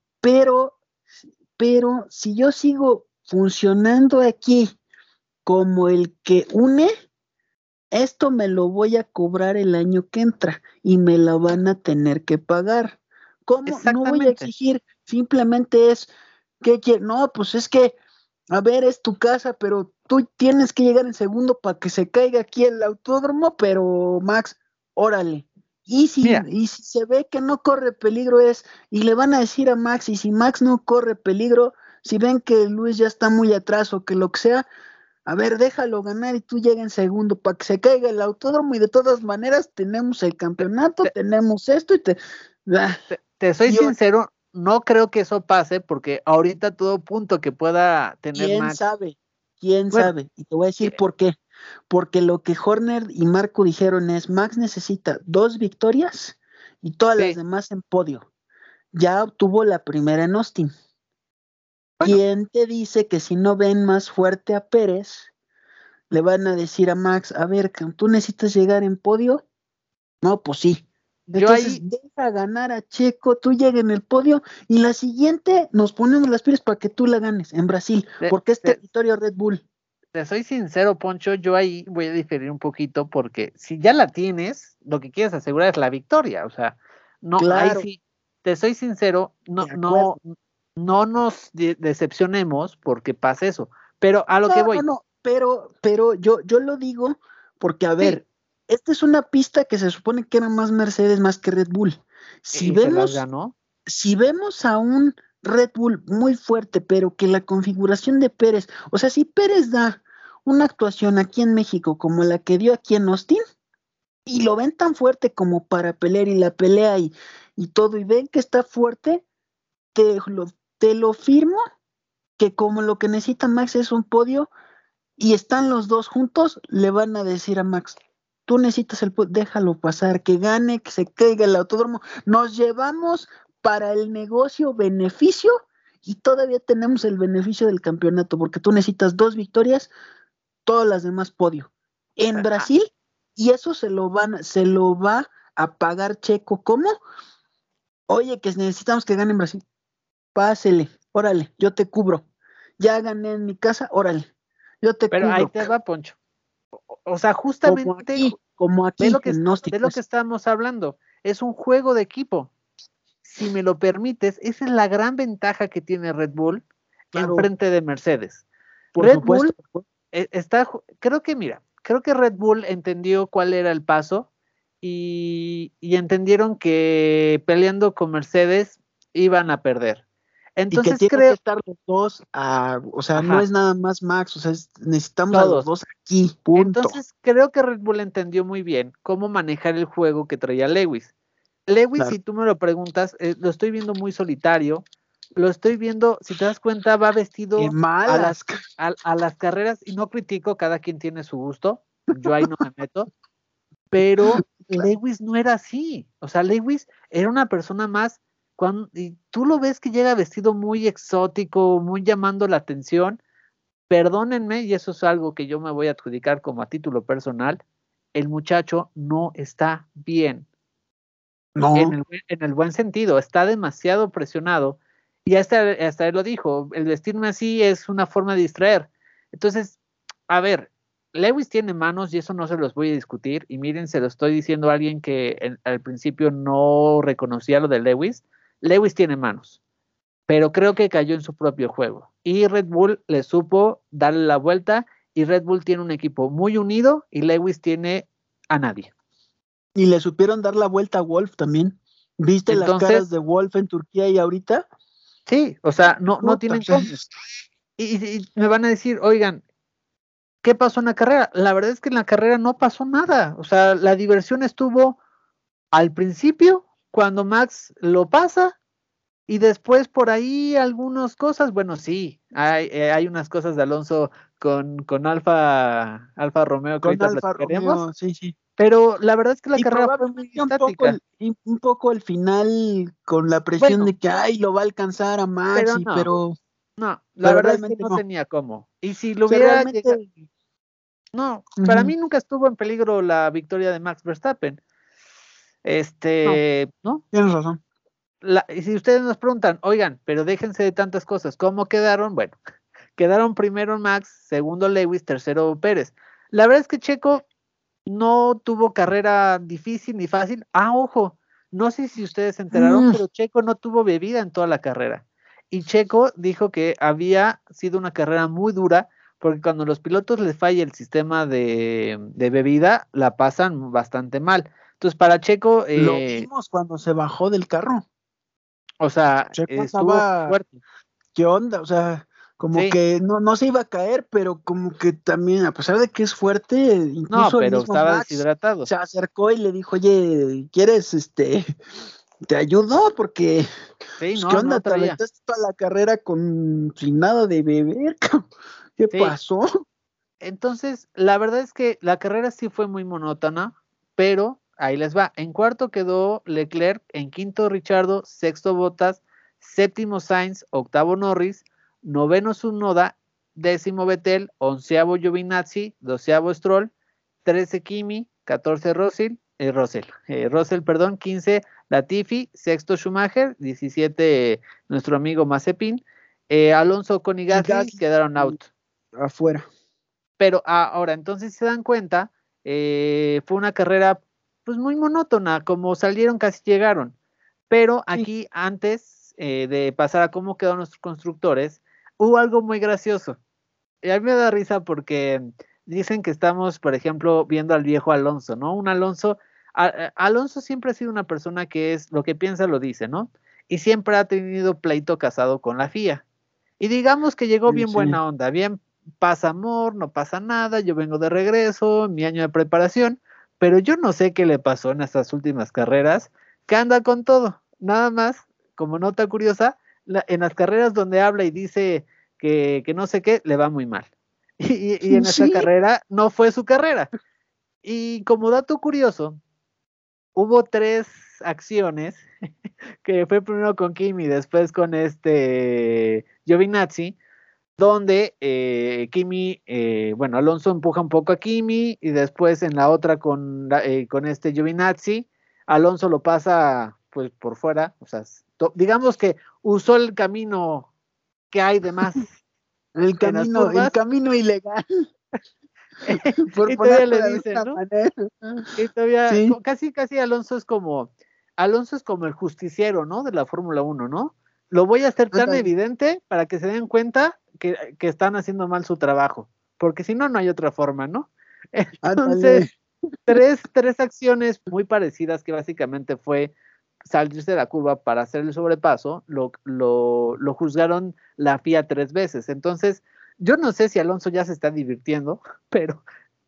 pero si yo sigo funcionando aquí como el que une, esto me lo voy a cobrar el año que entra y me la van a tener que pagar. ¿Cómo? No voy a exactamente. exigir, simplemente es, ¿qué quiere? No, pues es que, a ver, es tu casa, pero tú tienes que llegar en segundo para que se caiga aquí el autódromo, pero Max, órale. Mira, Y si se ve que no corre peligro y le van a decir a Max, y si Max no corre peligro, si ven que Luis ya está muy atrás o que lo que sea, a ver, déjalo ganar y tú llega en segundo para que se caiga el autódromo y de todas maneras tenemos el campeonato, te, tenemos esto y te... Ah, te soy y sincero, no creo que eso pase porque ahorita todo punto que pueda tener quién Max, sabe, quién bueno, sabe. Y te voy a decir que- por qué. Porque lo que Horner y Marco dijeron es, Max necesita 2 victorias y todas las sí, demás en podio. Ya obtuvo la primera en Austin. bueno, ¿Quién te dice que si no ven más fuerte a Pérez, le van a decir a Max, a ver, tú necesitas llegar en podio? No, pues sí. yo Entonces, ahí deja ganar a Checo, tú llega en el podio y la siguiente nos ponemos las pilas para que tú la ganes en Brasil, te, porque es te- territorio Red Bull. te soy sincero, Poncho, yo ahí voy a diferir un poquito porque si ya la tienes, lo que quieres asegurar es la victoria, o sea, no, ahí Claro, sí, te soy sincero, no nos decepcionemos porque pasa eso, pero a lo que voy. No, pero yo lo digo porque, a ver, esta es una pista que se supone que era más Mercedes más que Red Bull. Y se las ganó. Si vemos a un Red Bull muy fuerte, pero que la configuración de Pérez, o sea, si Pérez da una actuación aquí en México como la que dio aquí en Austin, y lo ven tan fuerte como para pelear y la pelea y todo, y ven que está fuerte, te lo firmo que como lo que necesita Max es un podio y están los dos juntos, le van a decir a Max, tú necesitas el podio, déjalo pasar, que gane, que se caiga el autódromo, nos llevamos para el negocio beneficio y todavía tenemos el beneficio del campeonato, porque tú necesitas 2 victorias, todas las demás podio. En Brasil, y eso se lo va a pagar Checo, ¿cómo? Oye, que necesitamos que gane en Brasil. Pásele, órale, yo te cubro. Ya gané en mi casa, órale, yo te Pero cubro. ahí te va, Poncho. O sea, justamente como aquí ve lo que pues. estamos hablando. Es un juego de equipo. Si me lo permites, esa es la gran ventaja que tiene Red Bull en frente de Mercedes. Por Red supuesto. Bull creo que Red Bull entendió cuál era el paso y entendieron que peleando con Mercedes iban a perder. Entonces y que tienen que estar los dos, o sea, no es nada más Max, o sea, necesitamos todos. A los dos aquí, punto. Entonces creo que Red Bull entendió muy bien cómo manejar el juego que traía Lewis. Lewis, claro. Si tú me lo preguntas, lo estoy viendo muy solitario, lo estoy viendo, si te das cuenta, va vestido a las carreras, y no critico, cada quien tiene su gusto, yo ahí no me meto, pero Lewis no era así, o sea, Lewis era una persona más, y tú lo ves que llega vestido muy exótico, muy llamando la atención. Perdónenme, y eso es algo que yo me voy a adjudicar como a título personal, el muchacho no está bien. No. En el buen sentido, está demasiado presionado, y hasta él lo dijo, el vestirme así es una forma de distraer. Entonces, a ver, Lewis tiene manos y eso no se los voy a discutir, y miren, se lo estoy diciendo a alguien que al principio no reconocía lo de Lewis. Lewis tiene manos, pero creo que cayó en su propio juego, y Red Bull le supo darle la vuelta, y Red Bull tiene un equipo muy unido y Lewis tiene a nadie. Y le supieron dar la vuelta a Wolf también. ¿Viste las caras de Wolf en Turquía y ahorita? Sí, o sea, no tienen cómo. Y me van a decir, oigan, ¿qué pasó en la carrera? La verdad es que en la carrera no pasó nada. O sea, la diversión estuvo al principio, cuando Max lo pasa, y después por ahí algunas cosas. Bueno, sí, hay unas cosas de Alonso con Alfa Romeo que ahorita platicaremos. Sí. Pero la verdad es que la carrera fue muy estática. Un poco al final, con la presión de que lo va a alcanzar a Max, pero no, la verdad es que no tenía cómo. Y si lo hubiera llegado, no, para mí nunca estuvo en peligro la victoria de Max Verstappen. ¿No? Tienes razón. Y si ustedes nos preguntan, oigan, pero déjense de tantas cosas, ¿cómo quedaron? Bueno, quedaron primero Max, segundo Lewis, tercero Pérez. La verdad es que Checo no tuvo carrera difícil ni fácil. Ojo, no sé si ustedes se enteraron, pero Checo no tuvo bebida en toda la carrera. Y Checo dijo que había sido una carrera muy dura, porque cuando los pilotos les falla el sistema de bebida, la pasan bastante mal. Entonces, para Checo... lo vimos cuando se bajó del carro. O sea, Checo estuvo fuerte. ¿Qué onda? O sea, como que no se iba a caer, pero como que también, a pesar de que es fuerte, incluso pero el mismo estaba Max deshidratado. se acercó y le dijo, oye, ¿quieres, te ayudo? Porque, ¿qué onda? Te aventaste toda la carrera sin nada de beber. ¿Qué pasó? Entonces, la verdad es que la carrera sí fue muy monótona, pero ahí les va. En cuarto quedó Leclerc, en quinto Richardo, sexto Bottas, séptimo Sainz, octavo Norris, noveno Tsunoda, décimo Vettel, onceavo Giovinazzi, doceavo Stroll, 13 Kimi, 14 Russell, 15 Latifi, sexto Schumacher, 17 nuestro amigo Mazepin, Alonso con y Gasly quedaron out. Afuera. Pero ahora, entonces si se dan cuenta, fue una carrera pues muy monótona, como salieron casi llegaron. Pero Sí. aquí, antes de pasar a cómo quedaron nuestros constructores, hubo algo muy gracioso. Y a mí me da risa porque dicen que estamos, por ejemplo, viendo al viejo Alonso, ¿no? Un Alonso, Alonso siempre ha sido una persona que es lo que piensa, lo dice, ¿no? Y siempre ha tenido pleito casado con la FIA. Y digamos que llegó bien Sí. buena onda, bien pasa amor, no pasa nada, yo vengo de regreso, mi año de preparación, pero yo no sé qué le pasó en estas últimas carreras, que anda con todo. Nada más, como nota curiosa, en las carreras donde habla y dice que no sé qué, le va muy mal. Y en esta Sí. carrera no fue su carrera. Y como dato curioso, hubo 3 acciones, que fue primero con Kimi, después con Giovinazzi, donde Kimi, bueno, Alonso empuja un poco a Kimi y después en la otra con Giovinazzi, Alonso lo pasa pues por fuera, o sea, digamos que usó el camino que hay de más en las El curvas camino ilegal, por y todavía ponerlo le de dicen, alguna ¿no? manera. Y todavía, Sí, casi Alonso es como el justiciero, ¿no? De la Fórmula 1, ¿no? Lo voy a hacer tan ándale, evidente para que se den cuenta que están haciendo mal su trabajo, porque si no, no hay otra forma, ¿no? ándale. Entonces, tres acciones muy parecidas que básicamente fue salirse de la curva para hacer el sobrepaso, lo juzgaron la FIA 3 veces. Entonces, yo no sé si Alonso ya se está divirtiendo, pero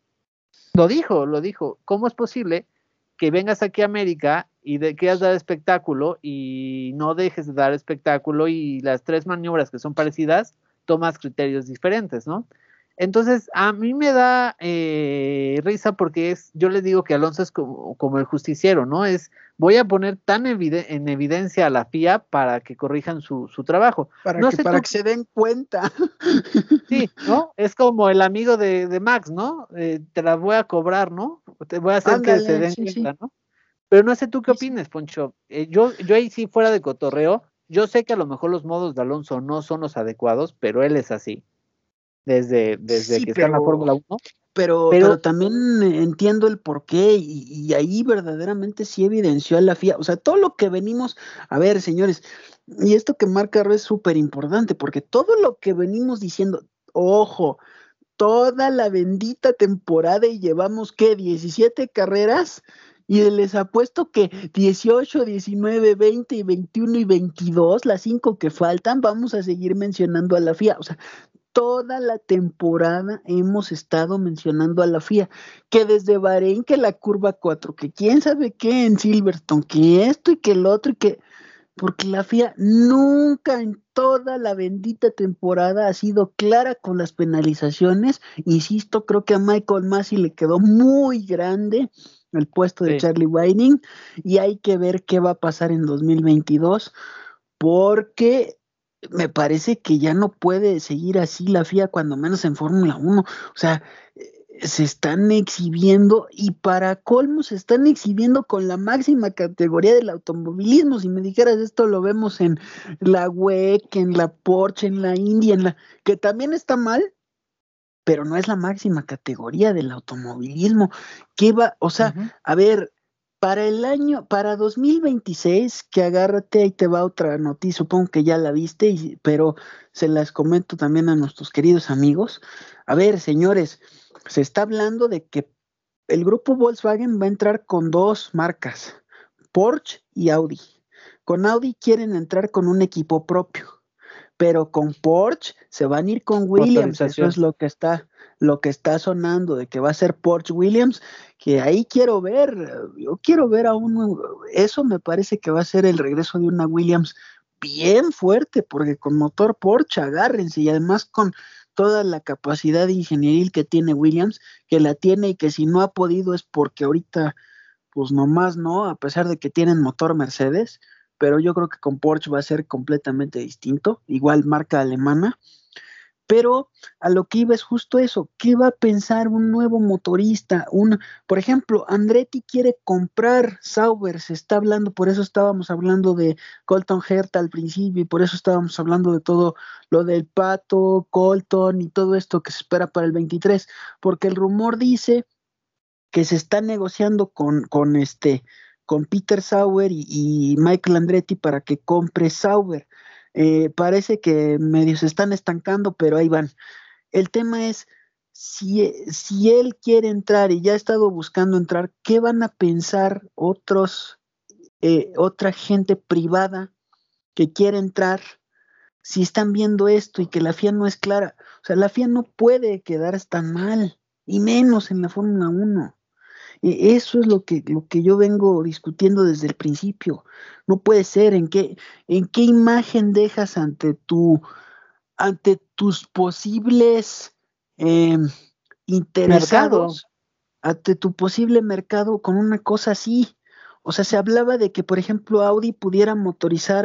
lo dijo. ¿Cómo es posible que vengas aquí a América y quieras dar espectáculo y no dejes de dar espectáculo y las 3 maniobras que son parecidas, tomas criterios diferentes, ¿no? Entonces, a mí me da risa porque yo les digo que Alonso es como el justiciero, ¿no? Voy a poner tan en evidencia a la FIA para que corrijan su trabajo. No sé Para tú. que se den cuenta. Sí, ¿no? Es como el amigo de Max, ¿no? Te la voy a cobrar, ¿no? Te voy a hacer que se Ándale, den sí, sí. cuenta, ¿no? Pero no sé tú qué Sí, sí. opines, Poncho. Yo ahí sí fuera de cotorreo, yo sé que a lo mejor los modos de Alonso no son los adecuados, pero él es así, desde Sí, que está en la Fórmula 1. pero Pero, también entiendo el porqué y ahí verdaderamente sí evidenció a la FIA. O sea, todo lo que venimos, a ver, señores, y esto que marca Ro es súper importante, porque todo lo que venimos diciendo, ojo, toda la bendita temporada y llevamos, ¿qué? 17 carreras. Y les apuesto que 18, 19, 20 y 21 y 22, las 5 que faltan, vamos a seguir mencionando a la FIA. O sea, toda la temporada hemos estado mencionando a la FIA, que desde Bahrein, que la curva 4, que quién sabe qué en Silverstone, que esto y que el otro y que porque la FIA nunca en toda la bendita temporada ha sido clara con las penalizaciones. Insisto, creo que a Michael Masi le quedó muy grande el puesto de sí, Charlie Whiting y hay que ver qué va a pasar en 2022 porque me parece que ya no puede seguir así la FIA, cuando menos en Fórmula 1. O sea, se están exhibiendo y para colmo se están exhibiendo con la máxima categoría del automovilismo. Si me dijeras esto lo vemos en la WEC, en la Porsche, en la Indy, que también está mal, pero no es la máxima categoría del automovilismo. ¿Qué va? O sea, ujú, a ver, para 2026, que agárrate, ahí te va otra noticia, supongo que ya la viste, pero se las comento también a nuestros queridos amigos. A ver, señores, se está hablando de que el grupo Volkswagen va a entrar con 2 marcas, Porsche y Audi. Con Audi quieren entrar con un equipo propio, pero con Porsche se van a ir con Williams, eso es motorización. lo que está sonando, de que va a ser Porsche Williams, que ahí quiero ver, yo quiero ver a uno, eso me parece que va a ser el regreso de una Williams bien fuerte, porque con motor Porsche, agárrense, y además con toda la capacidad ingenieril que tiene Williams, que la tiene y que si no ha podido es porque ahorita pues nomás no, a pesar de que tienen motor Mercedes, pero yo creo que con Porsche va a ser completamente distinto, igual marca alemana, pero a lo que iba es justo eso, ¿qué va a pensar un nuevo motorista? Por ejemplo, Andretti quiere comprar Sauber, se está hablando, por eso estábamos hablando de Colton Herta al principio, y por eso estábamos hablando de todo lo del Pato, Colton y todo esto que se espera para el 23, porque el rumor dice que se está negociando con Peter Sauer y Michael Andretti para que compre Sauber. Parece que medio se están estancando, pero ahí van. El tema es, si él quiere entrar y ya ha estado buscando entrar, ¿qué van a pensar otra gente privada que quiere entrar si están viendo esto y que la FIA no es clara? O sea, la FIA no puede quedar tan mal, y menos en la Fórmula 1. Eso es lo que yo vengo discutiendo desde el principio. No puede ser. ¿En qué imagen dejas ante tus posibles Mercado. interesados, ante tu posible mercado con una cosa así? O sea, se hablaba de que, por ejemplo, Audi pudiera motorizar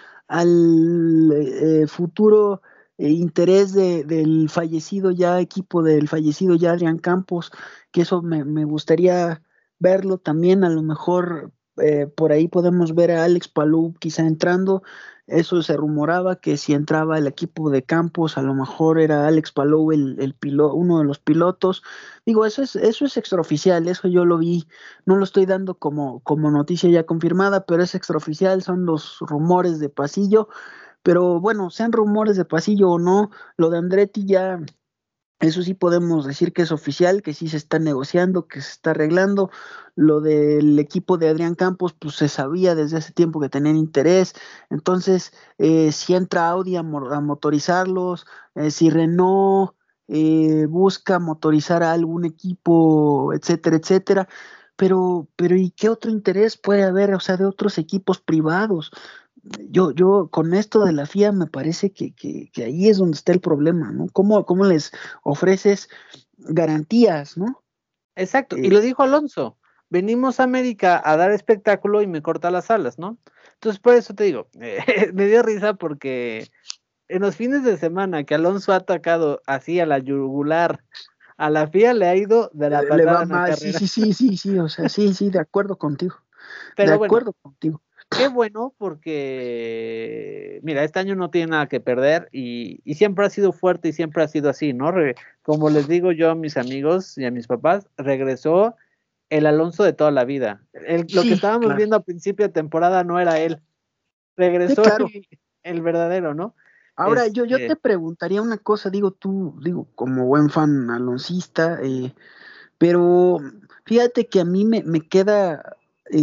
al futuro interés del fallecido ya equipo del fallecido ya Adrián Campos, que eso me gustaría verlo también. A lo mejor por ahí podemos ver a Alex Palou quizá entrando. Eso se rumoraba que si entraba el equipo de Campos, a lo mejor era Alex Palou uno de los pilotos. Digo, eso es extraoficial, eso yo lo vi, no lo estoy dando como noticia ya confirmada, pero es extraoficial, son los rumores de pasillo. Pero bueno, sean rumores de pasillo o no, lo de Andretti ya, eso sí podemos decir que es oficial, que sí se está negociando, que se está arreglando. Lo del equipo de Adrián Campos, pues se sabía desde hace tiempo que tenían interés. Entonces, si entra Audi a motorizarlos, si Renault busca motorizar a algún equipo, etcétera, etcétera. Pero ¿y qué otro interés puede haber, o sea, de otros equipos privados? Yo con esto de la FIA me parece que ahí es donde está el problema, ¿no? ¿Cómo les ofreces garantías, ¿no? Exacto, y Eh, lo dijo Alonso, venimos a América a dar espectáculo y me corta las alas, ¿no? Entonces, por eso te digo, me dio risa porque en los fines de semana que Alonso ha atacado así a la yugular, a la FIA le ha ido de la le patada va en la mal, sí, carrera. sí, sí, sí, sí, o sea, sí, sí, de acuerdo contigo, de Pero bueno, acuerdo contigo. qué bueno porque, mira, este año no tiene nada que perder y siempre ha sido fuerte y siempre ha sido así, ¿no? Como les digo yo a mis amigos y a mis papás, regresó el Alonso de toda la vida. Lo que Sí, estábamos claro, viendo a principio de temporada no era él, sí, regresó claro. el verdadero, ¿no? Ahora, yo te Este, preguntaría una cosa, digo, como buen fan aloncista, pero fíjate que a mí me queda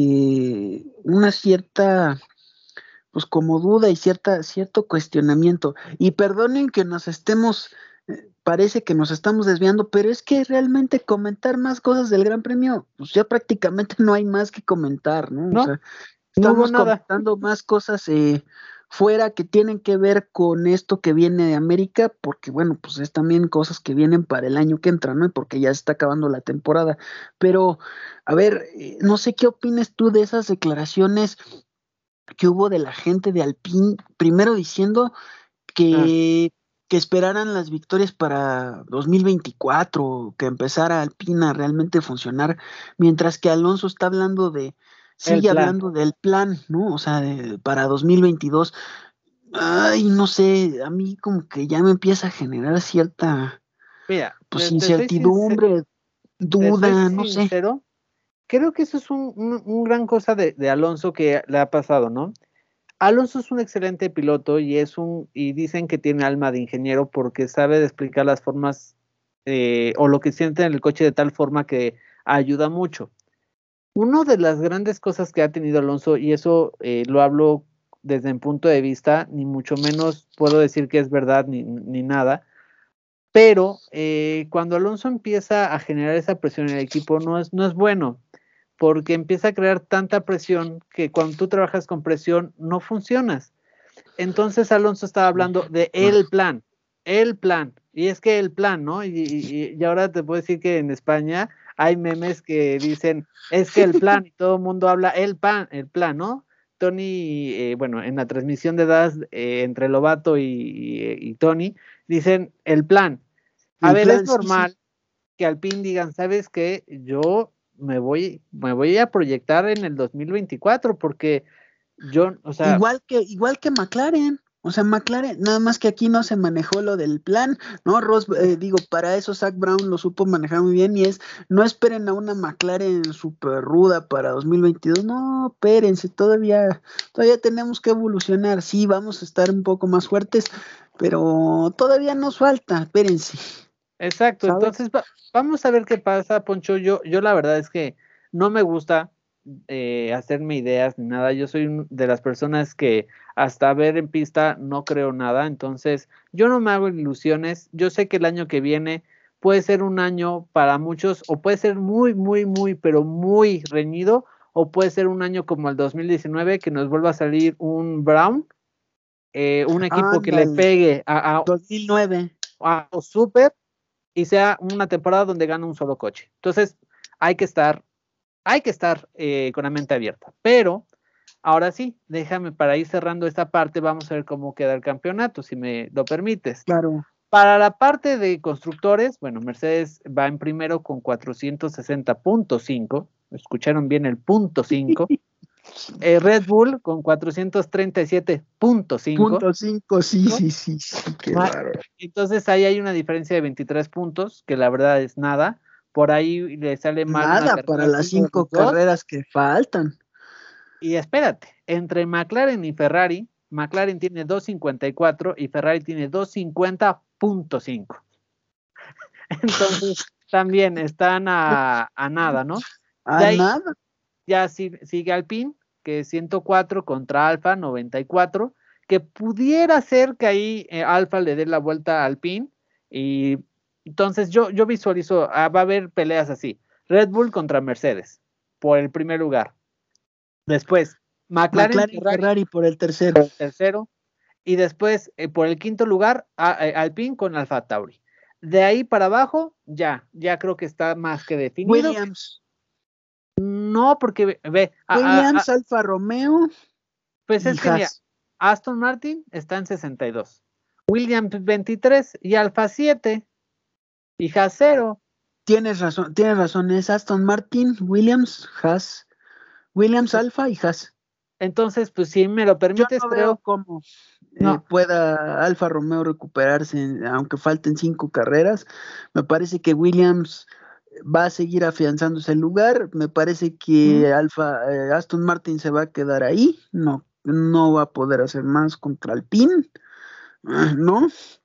una cierta pues como duda y cierto cuestionamiento. Y perdonen que parece que nos estamos desviando, pero es que realmente comentar más cosas del Gran Premio, pues ya prácticamente no hay más que comentar, ¿no? O no, sea, no hubo estamos nada. comentando más cosas fuera que tienen que ver con esto que viene de América, porque bueno, pues es también cosas que vienen para el año que entra, ¿no? Y porque ya se está acabando la temporada. Pero, a ver, no sé qué opines tú de esas declaraciones que hubo de la gente de Alpine, primero diciendo Ah, que esperaran las victorias para 2024, que empezara Alpine a realmente funcionar, mientras que Alonso el sigue plan. hablando del plan, ¿no? O sea, para 2022. Ay, no sé, a mí como que ya me empieza a generar cierta, Mira, pues, incertidumbre, te soy duda, no sé. sincero, creo que eso es un gran cosa de Alonso que le ha pasado, ¿no? Alonso es un excelente piloto y dicen que tiene alma de ingeniero porque sabe de explicar las formas o lo que siente en el coche de tal forma que ayuda mucho. Una de las grandes cosas que ha tenido Alonso, y eso lo hablo desde mi punto de vista, ni mucho menos puedo decir que es verdad ni nada, pero cuando Alonso empieza a generar esa presión en el equipo no es bueno, porque empieza a crear tanta presión que cuando tú trabajas con presión no funcionas. Entonces Alonso estaba hablando de el plan, y es que el plan, ¿no? Y ahora te puedo decir que en España hay memes que dicen, es que el plan, y todo el mundo habla el plan, ¿no? Tony, bueno, en la transmisión de Das entre Lobato y Tony, dicen el plan. A El ver, es plan, sí, sí. normal que Alpine digan, ¿sabes qué? Yo me voy a proyectar en el 2024 porque yo, o sea, Igual que McLaren. O sea, McLaren, nada más que aquí no se manejó lo del plan, ¿no? Para eso Zach Brown lo supo manejar muy bien y no esperen a una McLaren súper ruda para 2022, no, espérense, todavía tenemos que evolucionar, sí, vamos a estar un poco más fuertes, pero todavía nos falta, espérense. Exacto, ¿Sabes? entonces vamos a ver qué pasa, Poncho. Yo la verdad es que no me gusta hacerme ideas ni nada. Yo soy de las personas que hasta ver en pista no creo nada. Entonces, yo no me hago ilusiones. Yo sé que el año que viene puede ser un año para muchos, o puede ser muy, muy, muy, pero muy reñido, o puede ser un año como el 2019 que nos vuelva a salir un Brown, un equipo que le Ándale, pegue 2009. a Super y sea una temporada donde gana un solo coche. Entonces, hay que estar con la mente abierta. Pero, ahora sí, déjame para ir cerrando esta parte, vamos a ver cómo queda el campeonato, si me lo permites. Claro. Para la parte de constructores, bueno, Mercedes va en primero con 460.5, escucharon bien el punto 5. Red Bull con 437.5. .5, sí, qué bárbaro. Entonces ahí hay una diferencia de 23 puntos, que la verdad es nada. Por ahí le sale mal una Nada para carrera las 5 carreras que faltan. Y espérate, entre McLaren y Ferrari, McLaren tiene 254 y Ferrari tiene 250.5. Entonces también están a nada, ¿no? De ahí Nada. ya sigue Alpine, que es 104 contra Alfa 94, que pudiera ser que ahí Alfa le dé la vuelta a Alpine. Y entonces yo visualizo, va a haber peleas así. Red Bull contra Mercedes por el primer lugar. Después, McLaren Ferrari por el tercero. Y después, por el quinto lugar, Alpine con Alfa Tauri. De ahí para abajo, ya creo que está más que definido. Williams. No, porque ve. Williams, Alfa Romeo. Pues es que mira, Aston Martin está en 62, Williams 23 y Alfa 7 y Haas 0. Tienes razón, es Aston Martin, Williams, Haas, Williams, Alfa y Haas. Entonces, pues si me lo permites, yo no veo cómo pueda Alfa Romeo recuperarse, aunque falten 5 carreras. Me parece que Williams va a seguir afianzándose el lugar. Me parece que Aston Martin se va a quedar ahí. No va a poder hacer más contra Alpine. ¿No?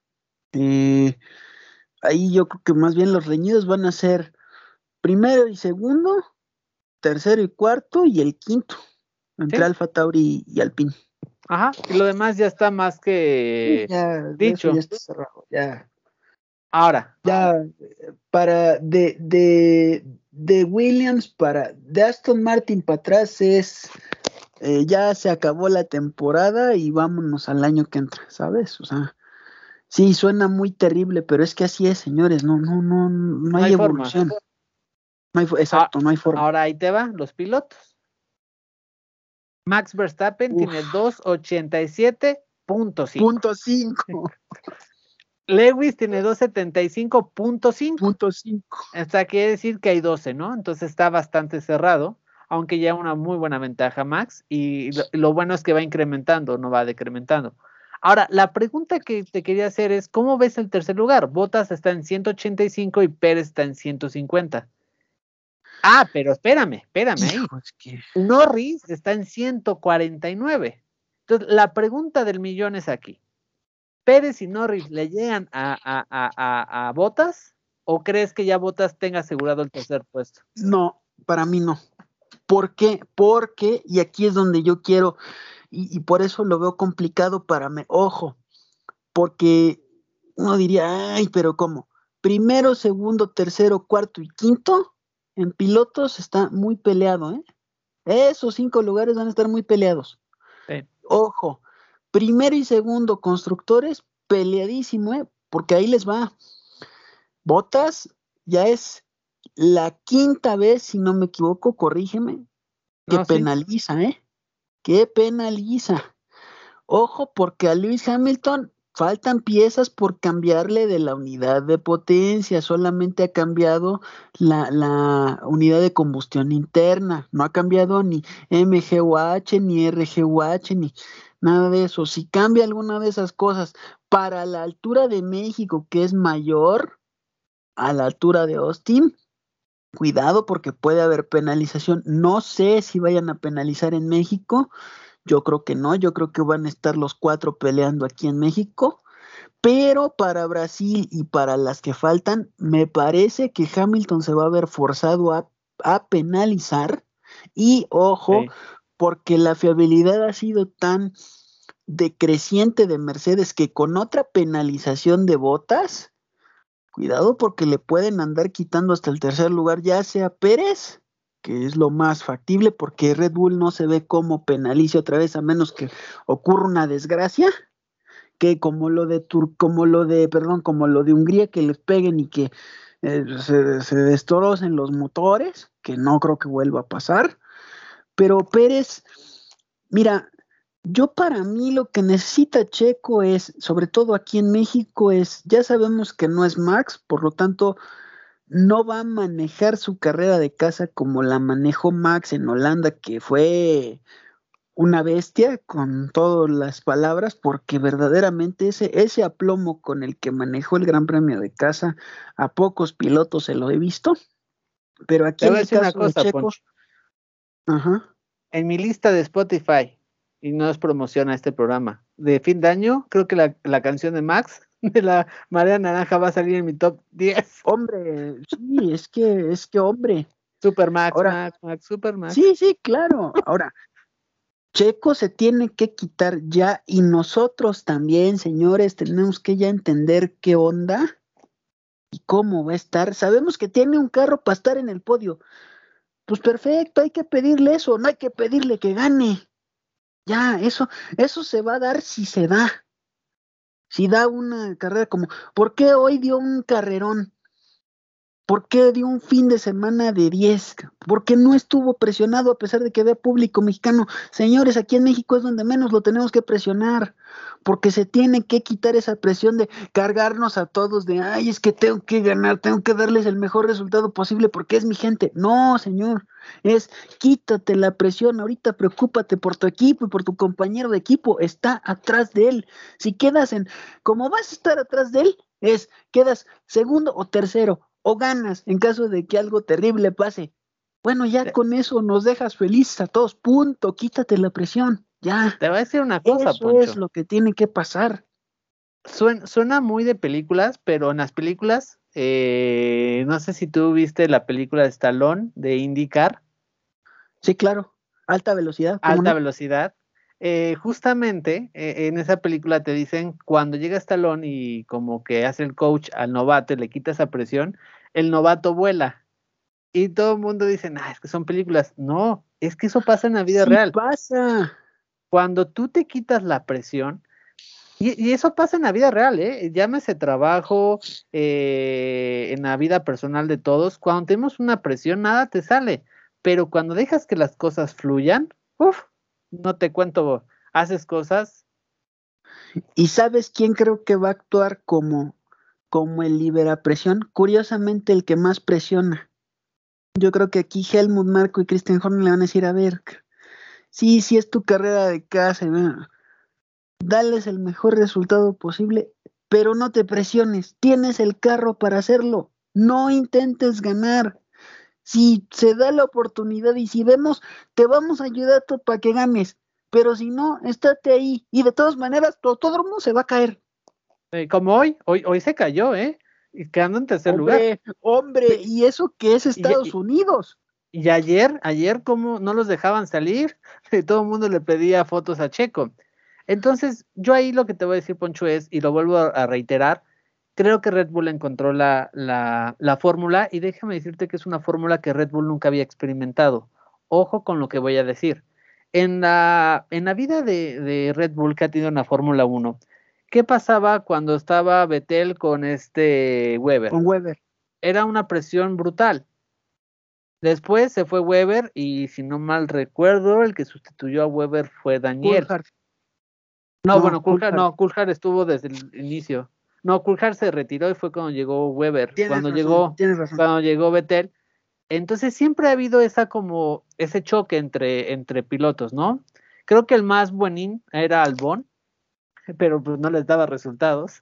Ahí yo creo que más bien los reñidos van a ser primero y segundo, tercero y cuarto y el quinto, entre Alfa Tauri y Alpine. Ajá, y lo demás ya está más que dicho. Ya está cerrado, ya. Ahora. Ya, para de Williams, de Aston Martin para atrás ya se acabó la temporada y vámonos al año que entra, ¿sabes? O sea, sí, suena muy terrible, pero es que así es, señores, no hay evolución. Exacto, no hay forma. Ahora ahí te va, los pilotos. Max Verstappen tiene 287.5. Lewis tiene 275.5. Hasta quiere decir que hay 12, ¿no? Entonces está bastante cerrado, aunque ya una muy buena ventaja Max, y lo bueno es que va incrementando, no va decrementando. Ahora, la pregunta que te quería hacer es, ¿cómo ves el tercer lugar? Bottas está en 185 y Pérez está en 150. Pero espérame ahí. Norris está en 149. Entonces, la pregunta del millón es aquí. ¿Pérez y Norris le llegan a Bottas o crees que ya Bottas tenga asegurado el tercer puesto? No, para mí no. ¿Por qué? Porque, y aquí es donde yo quiero, y por eso lo veo complicado para mí, ojo, porque uno diría, ay, pero ¿cómo? Primero, segundo, tercero, cuarto y quinto en pilotos está muy peleado, ¿eh? Esos 5 lugares van a estar muy peleados. Sí. Ojo, primero y segundo constructores, peleadísimo, ¿eh? Porque ahí les va. Bottas ya es la quinta vez, si no me equivoco, corrígeme, que penaliza, ¿eh? Que penaliza. Ojo, porque a Lewis Hamilton faltan piezas por cambiarle de la unidad de potencia, solamente ha cambiado la unidad de combustión interna, no ha cambiado ni MGUH, ni RGUH, nada de eso. Si cambia alguna de esas cosas para la altura de México, que es mayor a la altura de Austin, cuidado porque puede haber penalización. No sé si vayan a penalizar en México, yo creo que no, yo creo que van a estar los 4 peleando aquí en México, pero para Brasil y para las que faltan, me parece que Hamilton se va a ver forzado a penalizar y ojo, Sí. porque la fiabilidad ha sido tan decreciente de Mercedes que con otra penalización de Bottas, cuidado porque le pueden andar quitando hasta el tercer lugar, ya sea Pérez, que es lo más factible porque Red Bull no se ve cómo penalice otra vez a menos que ocurra una desgracia, que como lo de como lo de Hungría que les peguen y que se destrocen los motores, que no creo que vuelva a pasar, pero Pérez, mira, yo para mí lo que necesita Checo es, sobre todo aquí en México, ya sabemos que no es Max, por lo tanto, no va a manejar su carrera de casa como la manejó Max en Holanda, que fue una bestia con todas las palabras, porque verdaderamente ese aplomo con el que manejó el Gran Premio de casa, a pocos pilotos se lo he visto, pero aquí Te en voy a el decir una caso de cosa, Checo, Poncho. ajá, En mi lista de Spotify, y no es promoción a este programa, de fin de año, creo que la canción de Max, de la Marea Naranja, va a salir en mi top 10. hombre, sí, es que hombre, Super Max, ahora, Max, Max, Super Max. sí, sí, claro, ahora, Checo se tiene que quitar ya y nosotros también, señores, tenemos que ya entender qué onda y cómo va a estar. Sabemos que tiene un carro para estar en el podio. Pues perfecto, hay que pedirle eso, no hay que pedirle que gane. Ya, eso se va a dar si se da. Si da una carrera como, ¿por qué hoy dio un carrerón? ¿Por qué dio un fin de semana de 10? ¿Por qué no estuvo presionado a pesar de que había público mexicano? Señores, aquí en México es donde menos lo tenemos que presionar, porque se tiene que quitar esa presión de cargarnos a todos de, ay, es que tengo que ganar, tengo que darles el mejor resultado posible porque es mi gente. No, señor, es quítate la presión, ahorita preocúpate por tu equipo y por tu compañero de equipo, está atrás de él. Si quedas como vas a estar atrás de él, quedas segundo o tercero o ganas en caso de que algo terrible pase. Bueno, ya Te, con eso nos dejas felices a todos, punto, quítate la presión, ya. te voy a decir una cosa, Eso es Poncho. lo que tiene que pasar. Suena muy de películas, pero en las películas, no sé si tú viste la película de Stallone de IndyCar, Sí, claro, alta velocidad, ¿cómo alta no? velocidad. Justamente en esa película te dicen cuando llega Stallone y como que hace el coach al novato y le quita esa presión, el novato vuela. Y todo el mundo dice, ah, es que son películas. No, es que eso pasa en la vida Sí real. pasa. Cuando tú te quitas la presión, y eso pasa en la vida real, ¿eh? Llámese trabajo, en la vida personal de todos, cuando tenemos una presión, nada te sale, pero cuando dejas que las cosas fluyan, uff, no te cuento, haces cosas, ¿Y sabes quién creo que va a actuar como el liberapresión? Curiosamente, el que más presiona. Yo creo que aquí Helmut Marko y Christian Horner le van a decir, a ver, sí, sí es tu carrera de casa, dales el mejor resultado posible, pero no te presiones, tienes el carro para hacerlo, no intentes ganar. Si se da la oportunidad y si vemos, te vamos a ayudar para que ganes, pero si no, estate ahí y de todas maneras todo el mundo se va a caer. como hoy se cayó, y quedando en tercer lugar. Hombre, hombre, Pe- y eso que es Y, Estados y- Unidos. y ayer, ¿cómo no los dejaban salir? Todo el mundo le pedía fotos a Checo. Entonces, yo ahí lo que te voy a decir, Poncho, es, y lo vuelvo a reiterar, creo que Red Bull encontró la fórmula y déjame decirte que es una fórmula que Red Bull nunca había experimentado. Ojo con lo que voy a decir. En la vida de Red Bull que ha tenido una Fórmula 1, ¿qué pasaba cuando estaba Vettel con este Weber? Con Weber. Era una presión brutal. Después se fue Weber y si no mal recuerdo, el que sustituyó a Weber fue Daniel. Coulthard. No, No, bueno, Coulthard. Coulthard estuvo desde el inicio. No, Coulthard se retiró y fue cuando llegó Weber, Tienes razón, tienes razón. cuando llegó Vettel. Entonces siempre ha habido esa como ese choque entre pilotos, ¿no? Creo que el más buenín era Albón, pero pues no les daba resultados.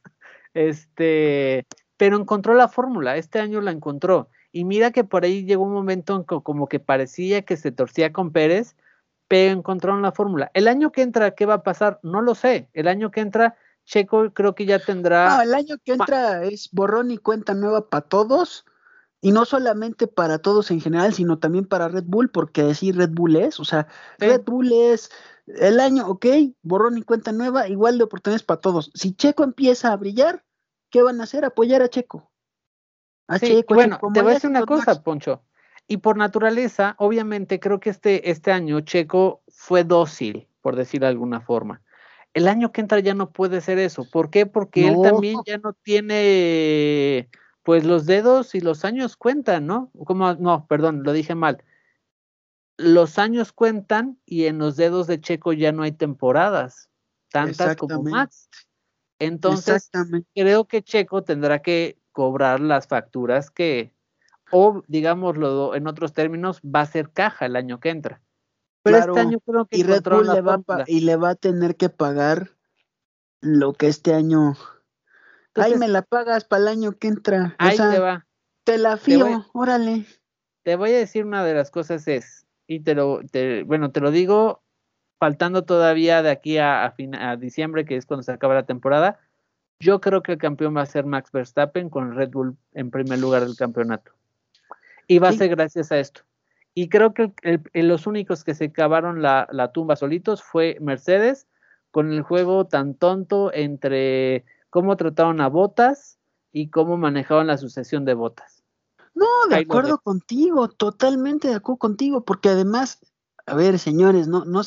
Pero encontró la fórmula, este año la encontró. Y mira que por ahí llegó un momento en que como que parecía que se torcía con Pérez, pero encontraron la fórmula. El año que entra, ¿qué va a pasar? No lo sé. El año que entra, Checo creo que ya tendrá... No, el año que entra es borrón y cuenta nueva para todos, y no solamente para todos en general, sino también para Red Bull, porque así Red Bull es, o sea, Sí. Red Bull es el año, ok, borrón y cuenta nueva, igual de oportunidades para todos. Si Checo empieza a brillar, ¿qué van a hacer? Apoyar a Checo. Sí, y A Checo, bueno, te como voy a le decir hacen una los Max. cosa, Poncho. Y por naturaleza, obviamente, creo que este año Checo fue dócil, por decir de alguna forma. El año que entra ya no puede ser eso. ¿Por qué? Porque él No, también ya no tiene, pues los dedos y los años cuentan, ¿no? ¿Cómo? No, perdón, lo dije mal. Los años cuentan y en los dedos de Checo ya no hay temporadas, tantas como exactamente, Max. Entonces, exactamente. creo que Checo tendrá que cobrar las facturas que, o digámoslo en otros términos, va a ser caja el año que entra. Pero este Claro, año creo que y Red encontraron Bull la fórmula. le va a tener que pagar lo que este año. Ay, me Entonces, la pagas para el año que entra. ahí te va. Te la Te voy, fío, órale. te voy a decir una de las cosas es, y bueno, te lo digo faltando todavía de aquí a diciembre, que es cuando se acaba la temporada. Yo creo que el campeón va a ser Max Verstappen con Red Bull en primer lugar del campeonato. Y va a Sí, ser gracias a esto. Y creo que los únicos que se cavaron la tumba solitos fue Mercedes, con el juego tan tonto entre cómo trataron a Bottas y cómo manejaban la sucesión de Bottas. no, de Ahí lo acuerdo dejo. contigo, totalmente de acuerdo contigo, porque además, a ver, señores,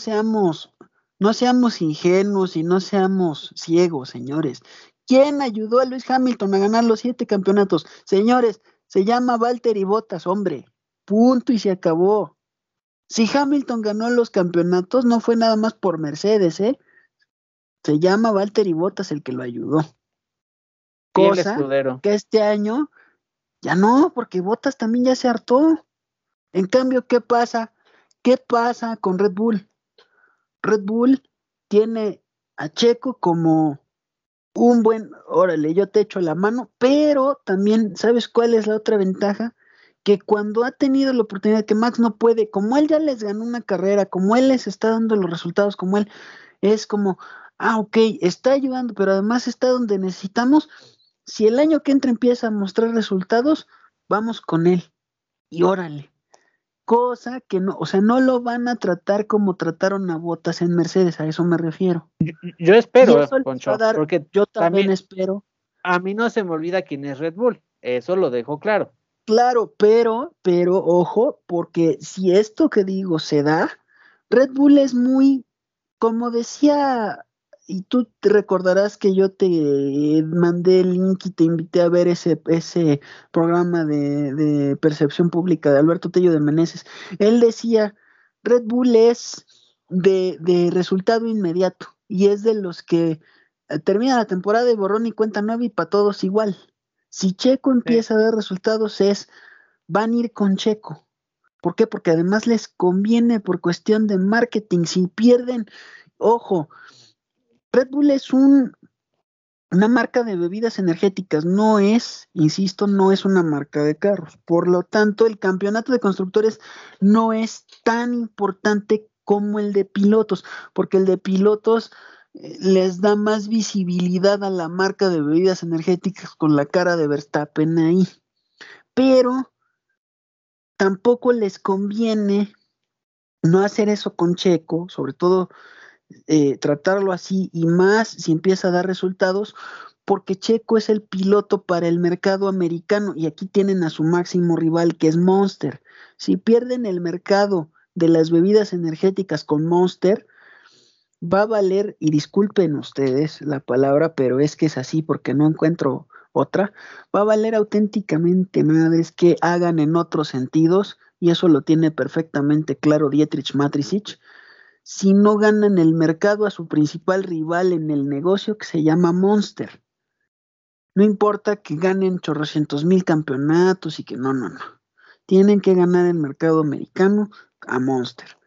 no seamos ingenuos y no seamos ciegos, señores. ¿Quién ayudó a Lewis Hamilton a ganar los 7 campeonatos? Señores, se llama Valtteri Bottas, hombre. Punto y se acabó. Si Hamilton ganó los campeonatos, no fue nada más por Mercedes, ¿eh? Se llama Valtteri Bottas el que lo ayudó. Fiel Cosa escudero. que este año ya no, porque Bottas también ya se hartó. En cambio, ¿qué pasa? ¿Qué pasa con Red Bull? Red Bull tiene a Checo como un buen, órale, yo te echo la mano, pero también, ¿sabes cuál es la otra ventaja? Que cuando ha tenido la oportunidad que Max no puede, como él ya les ganó una carrera, como él les está dando los resultados, como él es como, ok, está ayudando, pero además está donde necesitamos. Si el año que entra empieza a mostrar resultados, vamos con él y órale. Cosa que no, o sea, no lo van a tratar como trataron a Bottas en Mercedes, a eso me refiero. Yo Y espero, eso les va a Poncho, dar, porque yo también también espero, a mí no se me olvida quién es Red Bull. Eso lo dejo claro. claro, ojo, porque si esto que digo se da, Red Bull es muy, como decía, y tú te recordarás que yo te mandé el link y te invité a ver ese programa de percepción pública de Alberto Tello de Meneses. Él decía, Red Bull es de resultado inmediato y es de los que termina la temporada de borrón y cuenta nueva y para todos igual. Si Checo Sí. empieza a dar resultados van a ir con Checo. ¿Por qué? Porque además les conviene por cuestión de marketing. Si pierden, ojo, Red Bull es una marca de bebidas energéticas, no es, insisto, no es una marca de carros. Por lo tanto, el campeonato de constructores no es tan importante como el de pilotos, porque el de pilotos les da más visibilidad a la marca de bebidas energéticas con la cara de Verstappen ahí. Pero tampoco les conviene no hacer eso con Checo, sobre todo tratarlo así y más si empieza a dar resultados, porque Checo es el piloto para el mercado americano y aquí tienen a su máximo rival que es Monster. Si pierden el mercado de las bebidas energéticas con Monster, va a valer, y disculpen ustedes la palabra, pero es que es así porque no encuentro otra, va a valer auténticamente nada, es que hagan en otros sentidos, y eso lo tiene perfectamente claro Dietrich Mateschitz, si no ganan el mercado a su principal rival en el negocio que se llama Monster. No importa que ganen chorrocientos mil campeonatos y que no. Tienen que ganar el mercado americano a Monster.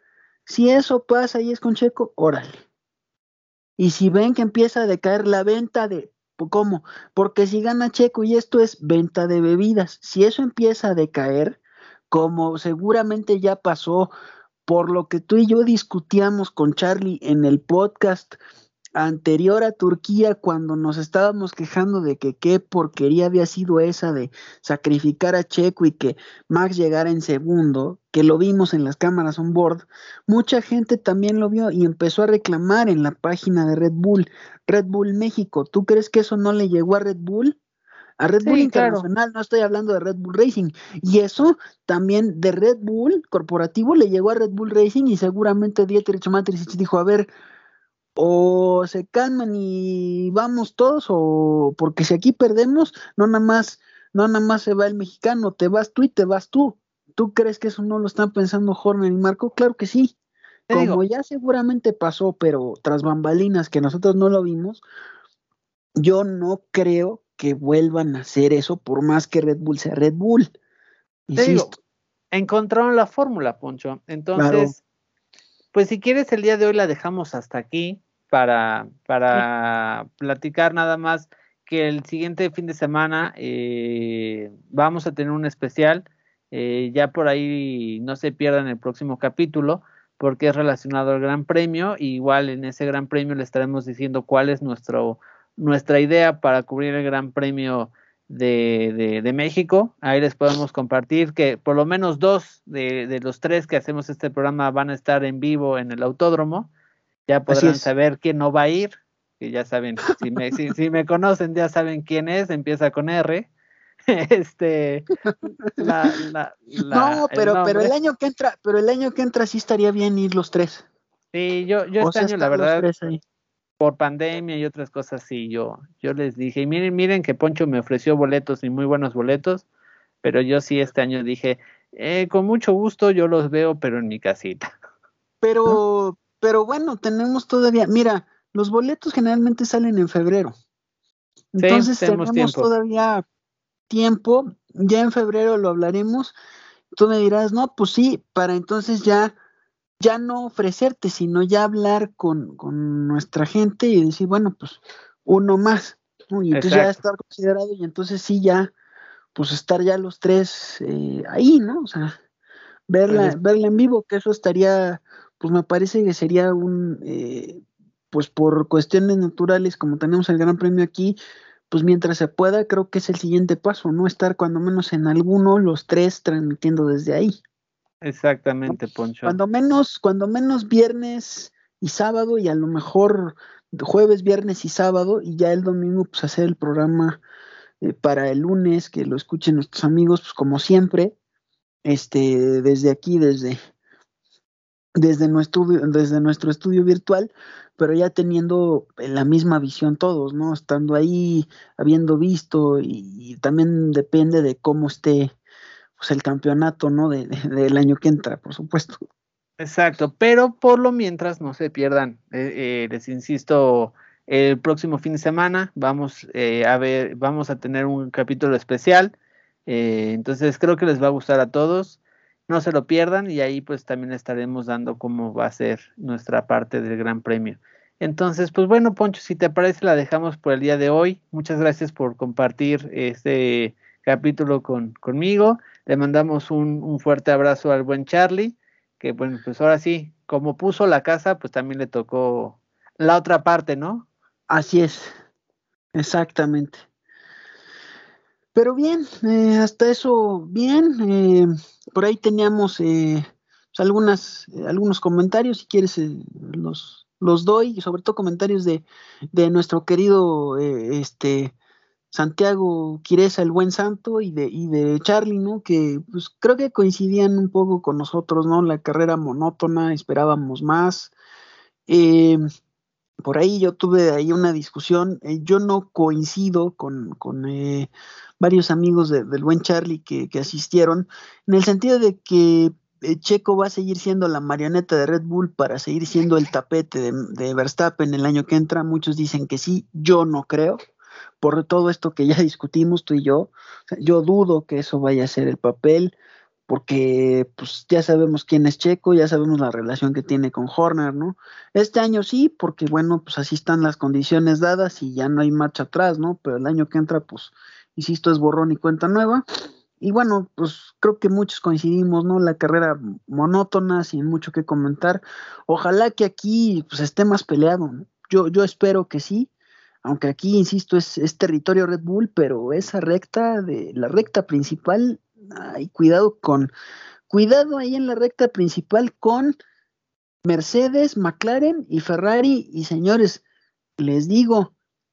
Si eso pasa y es con Checo, órale. Y si ven que empieza a decaer la venta de, ¿cómo? Porque si gana Checo y esto es venta de bebidas, si eso empieza a decaer, como seguramente ya pasó por lo que tú y yo discutíamos con Charlie en el podcast anterior a Turquía, cuando nos estábamos quejando de que qué porquería había sido esa de sacrificar a Checo y que Max llegara en segundo, que lo vimos en las cámaras on board, mucha gente también lo vio y empezó a reclamar en la página de Red Bull México. ¿Tú crees que eso no le llegó a Red Bull? A Red Bull Sí, claro. Internacional, no estoy hablando de Red Bull Racing. Y eso también de Red Bull corporativo le llegó a Red Bull Racing y seguramente Dietrich Mateschitz dijo, a ver, o se calman y vamos todos, o porque si aquí perdemos, no nada más se va el mexicano, te vas tú y te vas tú. ¿Tú crees que eso no lo están pensando Horner y Marco? Claro que sí. Te Como digo, ya seguramente pasó, pero tras bambalinas que nosotros no lo vimos, yo no creo que vuelvan a hacer eso por más que Red Bull sea Red Bull. te digo, Insisto, encontraron la fórmula, Poncho. claro. Entonces, pues si quieres el día de hoy la dejamos hasta aquí Sí. para platicar nada más que el siguiente fin de semana vamos a tener un especial. Ya por ahí no se pierdan el próximo capítulo porque es relacionado al Gran Premio. Y igual en ese Gran Premio le estaremos diciendo cuál es nuestra idea para cubrir el Gran Premio de México. Ahí les podemos compartir que por lo menos dos de los tres que hacemos este programa van a estar en vivo en el autódromo. Ya Así podrán es. saber quién no va a ir, que ya saben, si me conocen ya saben quién es, empieza con R. Este, No, el pero el nombre. año que entra, sí estaría bien ir los tres. Sí, yo O este sea, año, la estar los verdad, tres ahí. por pandemia y otras cosas, sí, yo les dije, y miren que Poncho me ofreció boletos y muy buenos boletos, pero yo sí este año dije, con mucho gusto yo los veo, pero en mi casita, ¿no? Pero bueno, tenemos todavía, mira, los boletos generalmente salen en febrero. Sí, Entonces tenemos tenemos tiempo. todavía tiempo. Ya en febrero lo hablaremos. Tú me dirás, no, pues sí, para entonces ya no ofrecerte, sino ya hablar con nuestra gente y decir, bueno, pues uno más, ¿no? Y entonces ya Exacto. estar considerado y entonces sí ya, pues estar ya los tres ahí, ¿no? O sea, Pues verla en vivo, que eso estaría, pues me parece que sería pues por cuestiones naturales, como tenemos el Gran Premio aquí, pues mientras se pueda, creo que es el siguiente paso, ¿no? Estar cuando menos en alguno, los tres transmitiendo desde ahí, ¿no? exactamente, Poncho. Cuando menos viernes y sábado, y a lo mejor jueves, viernes y sábado, y ya el domingo, pues hacer el programa para el lunes, que lo escuchen nuestros amigos, pues como siempre, desde aquí, desde nuestro estudio virtual, pero ya teniendo la misma visión todos, ¿no? Estando ahí, habiendo visto, y también depende de cómo esté pues, el campeonato, ¿no? Del año que entra, por supuesto. Exacto, pero por lo mientras no se pierdan, les insisto, el próximo fin de semana vamos a tener un capítulo especial, entonces creo que les va a gustar a todos, no se lo pierdan y ahí pues también estaremos dando cómo va a ser nuestra parte del Gran Premio. Entonces, pues bueno, Poncho, si te parece, la dejamos por el día de hoy. Muchas gracias por compartir este capítulo conmigo. Le mandamos un fuerte abrazo al buen Charlie que bueno, pues ahora sí, como puso la casa, pues también le tocó la otra parte, ¿no? Así es, exactamente. Pero bien, hasta eso, bien. Por ahí teníamos pues, algunos comentarios, si quieres, los doy, y sobre todo comentarios de nuestro querido Santiago Quireza, el buen santo, y de Charlie, ¿no? Que pues creo que coincidían un poco con nosotros, ¿no? La carrera monótona, esperábamos más. Eh, por ahí yo tuve ahí una discusión, yo no coincido con varios amigos del buen Charlie que asistieron, en el sentido de que Checo va a seguir siendo la marioneta de Red Bull para seguir siendo el tapete de Verstappen el año que entra. Muchos dicen que sí, yo no creo, por todo esto que ya discutimos tú y yo. O sea, yo dudo que eso vaya a ser el papel. porque pues ya sabemos quién es Checo, ya sabemos la relación que tiene con Horner, ¿no? Este año sí, porque bueno, pues así están las condiciones dadas y ya no hay marcha atrás, ¿no? Pero el año que entra, pues, insisto, es borrón y cuenta nueva. Y bueno, pues creo que muchos coincidimos, ¿no? La carrera monótona, sin mucho que comentar. Ojalá que aquí pues esté más peleado, ¿no? Yo espero que sí, aunque aquí, insisto, es territorio Red Bull, pero esa la recta principal, ay, cuidado ahí en la recta principal con Mercedes, McLaren y Ferrari, y señores, les digo,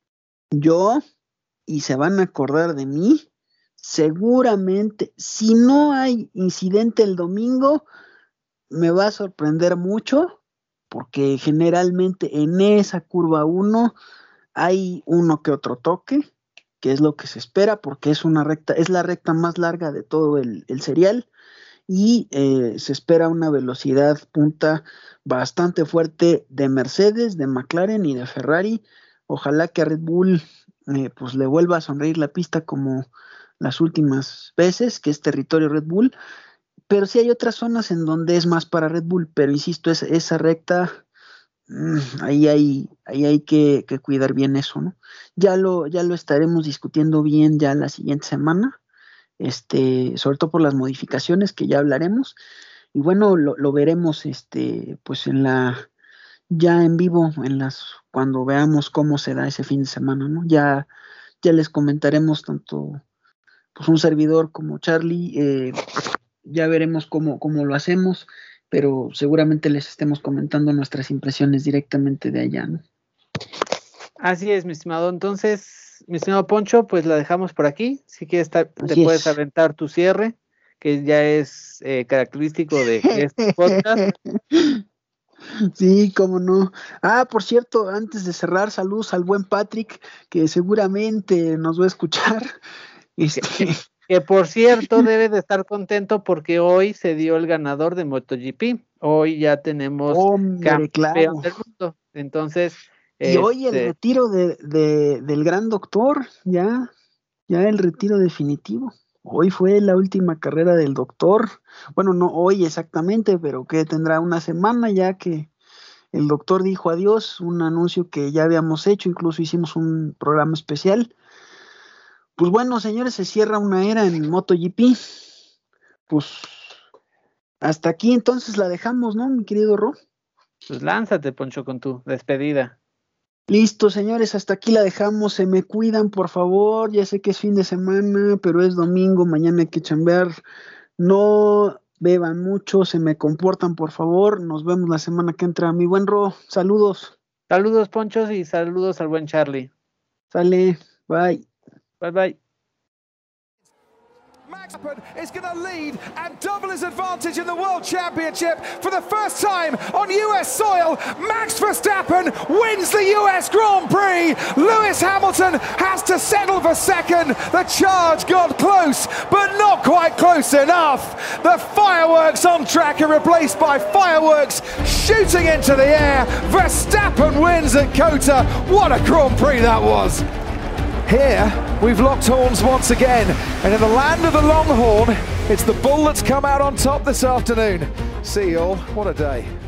y se van a acordar de mí, seguramente, si no hay incidente el domingo, me va a sorprender mucho, porque generalmente en esa curva 1 hay uno que otro toque, que es lo que se espera, porque es la recta más larga de todo el serial, y se espera una velocidad punta bastante fuerte de Mercedes, de McLaren y de Ferrari. Ojalá que a Red Bull pues le vuelva a sonreír la pista como las últimas veces, que es territorio Red Bull, pero sí hay otras zonas en donde es más para Red Bull, pero insisto, esa recta, ahí hay que cuidar bien eso, ¿no? Ya lo estaremos discutiendo bien ya la siguiente semana, sobre todo por las modificaciones que ya hablaremos, y bueno, lo veremos pues ya en vivo, cuando veamos cómo se da ese fin de semana, ¿no? Ya les comentaremos tanto pues un servidor como Charlie, ya veremos cómo lo hacemos, pero seguramente les estemos comentando nuestras impresiones directamente de allá, ¿no? Así es, mi estimado. Entonces, mi estimado Poncho, pues la dejamos por aquí. Si quieres, te puedes aventar tu cierre, que ya es característico de este podcast. Sí, cómo no. Por cierto, antes de cerrar, saludos al buen Patrick, que seguramente nos va a escuchar. Que por cierto debe de estar contento porque hoy se dio el ganador de MotoGP. Hoy ya tenemos campeón del mundo. Entonces, y hoy el retiro del gran doctor, ya el retiro definitivo. Hoy fue la última carrera del doctor. Bueno, no hoy exactamente, pero que tendrá una semana ya que el doctor dijo adiós, un anuncio que ya habíamos hecho, incluso hicimos un programa especial. Pues bueno, señores, se cierra una era en MotoGP. Pues hasta aquí entonces la dejamos, ¿no, mi querido Ro? Pues lánzate, Poncho, con tu despedida. Listo, señores, hasta aquí la dejamos. Se me cuidan, por favor. Ya sé que es fin de semana, pero es domingo, mañana hay que chambear. No beban mucho, se me comportan, por favor. Nos vemos la semana que entra. Mi buen Ro, saludos. Saludos, Ponchos, y saludos al buen Charlie. Sale, bye. Bye. Max Verstappen is going to lead and double his advantage in the World Championship for the first time on US soil. Max Verstappen wins the US Grand Prix. Lewis Hamilton has to settle for second. The charge got close, but not quite close enough. The fireworks on track are replaced by fireworks shooting into the air. Verstappen wins at COTA. What a Grand Prix that was. Here, we've locked horns once again, and in the land of the Longhorn, it's the bull that's come out on top this afternoon. See you all, what a day.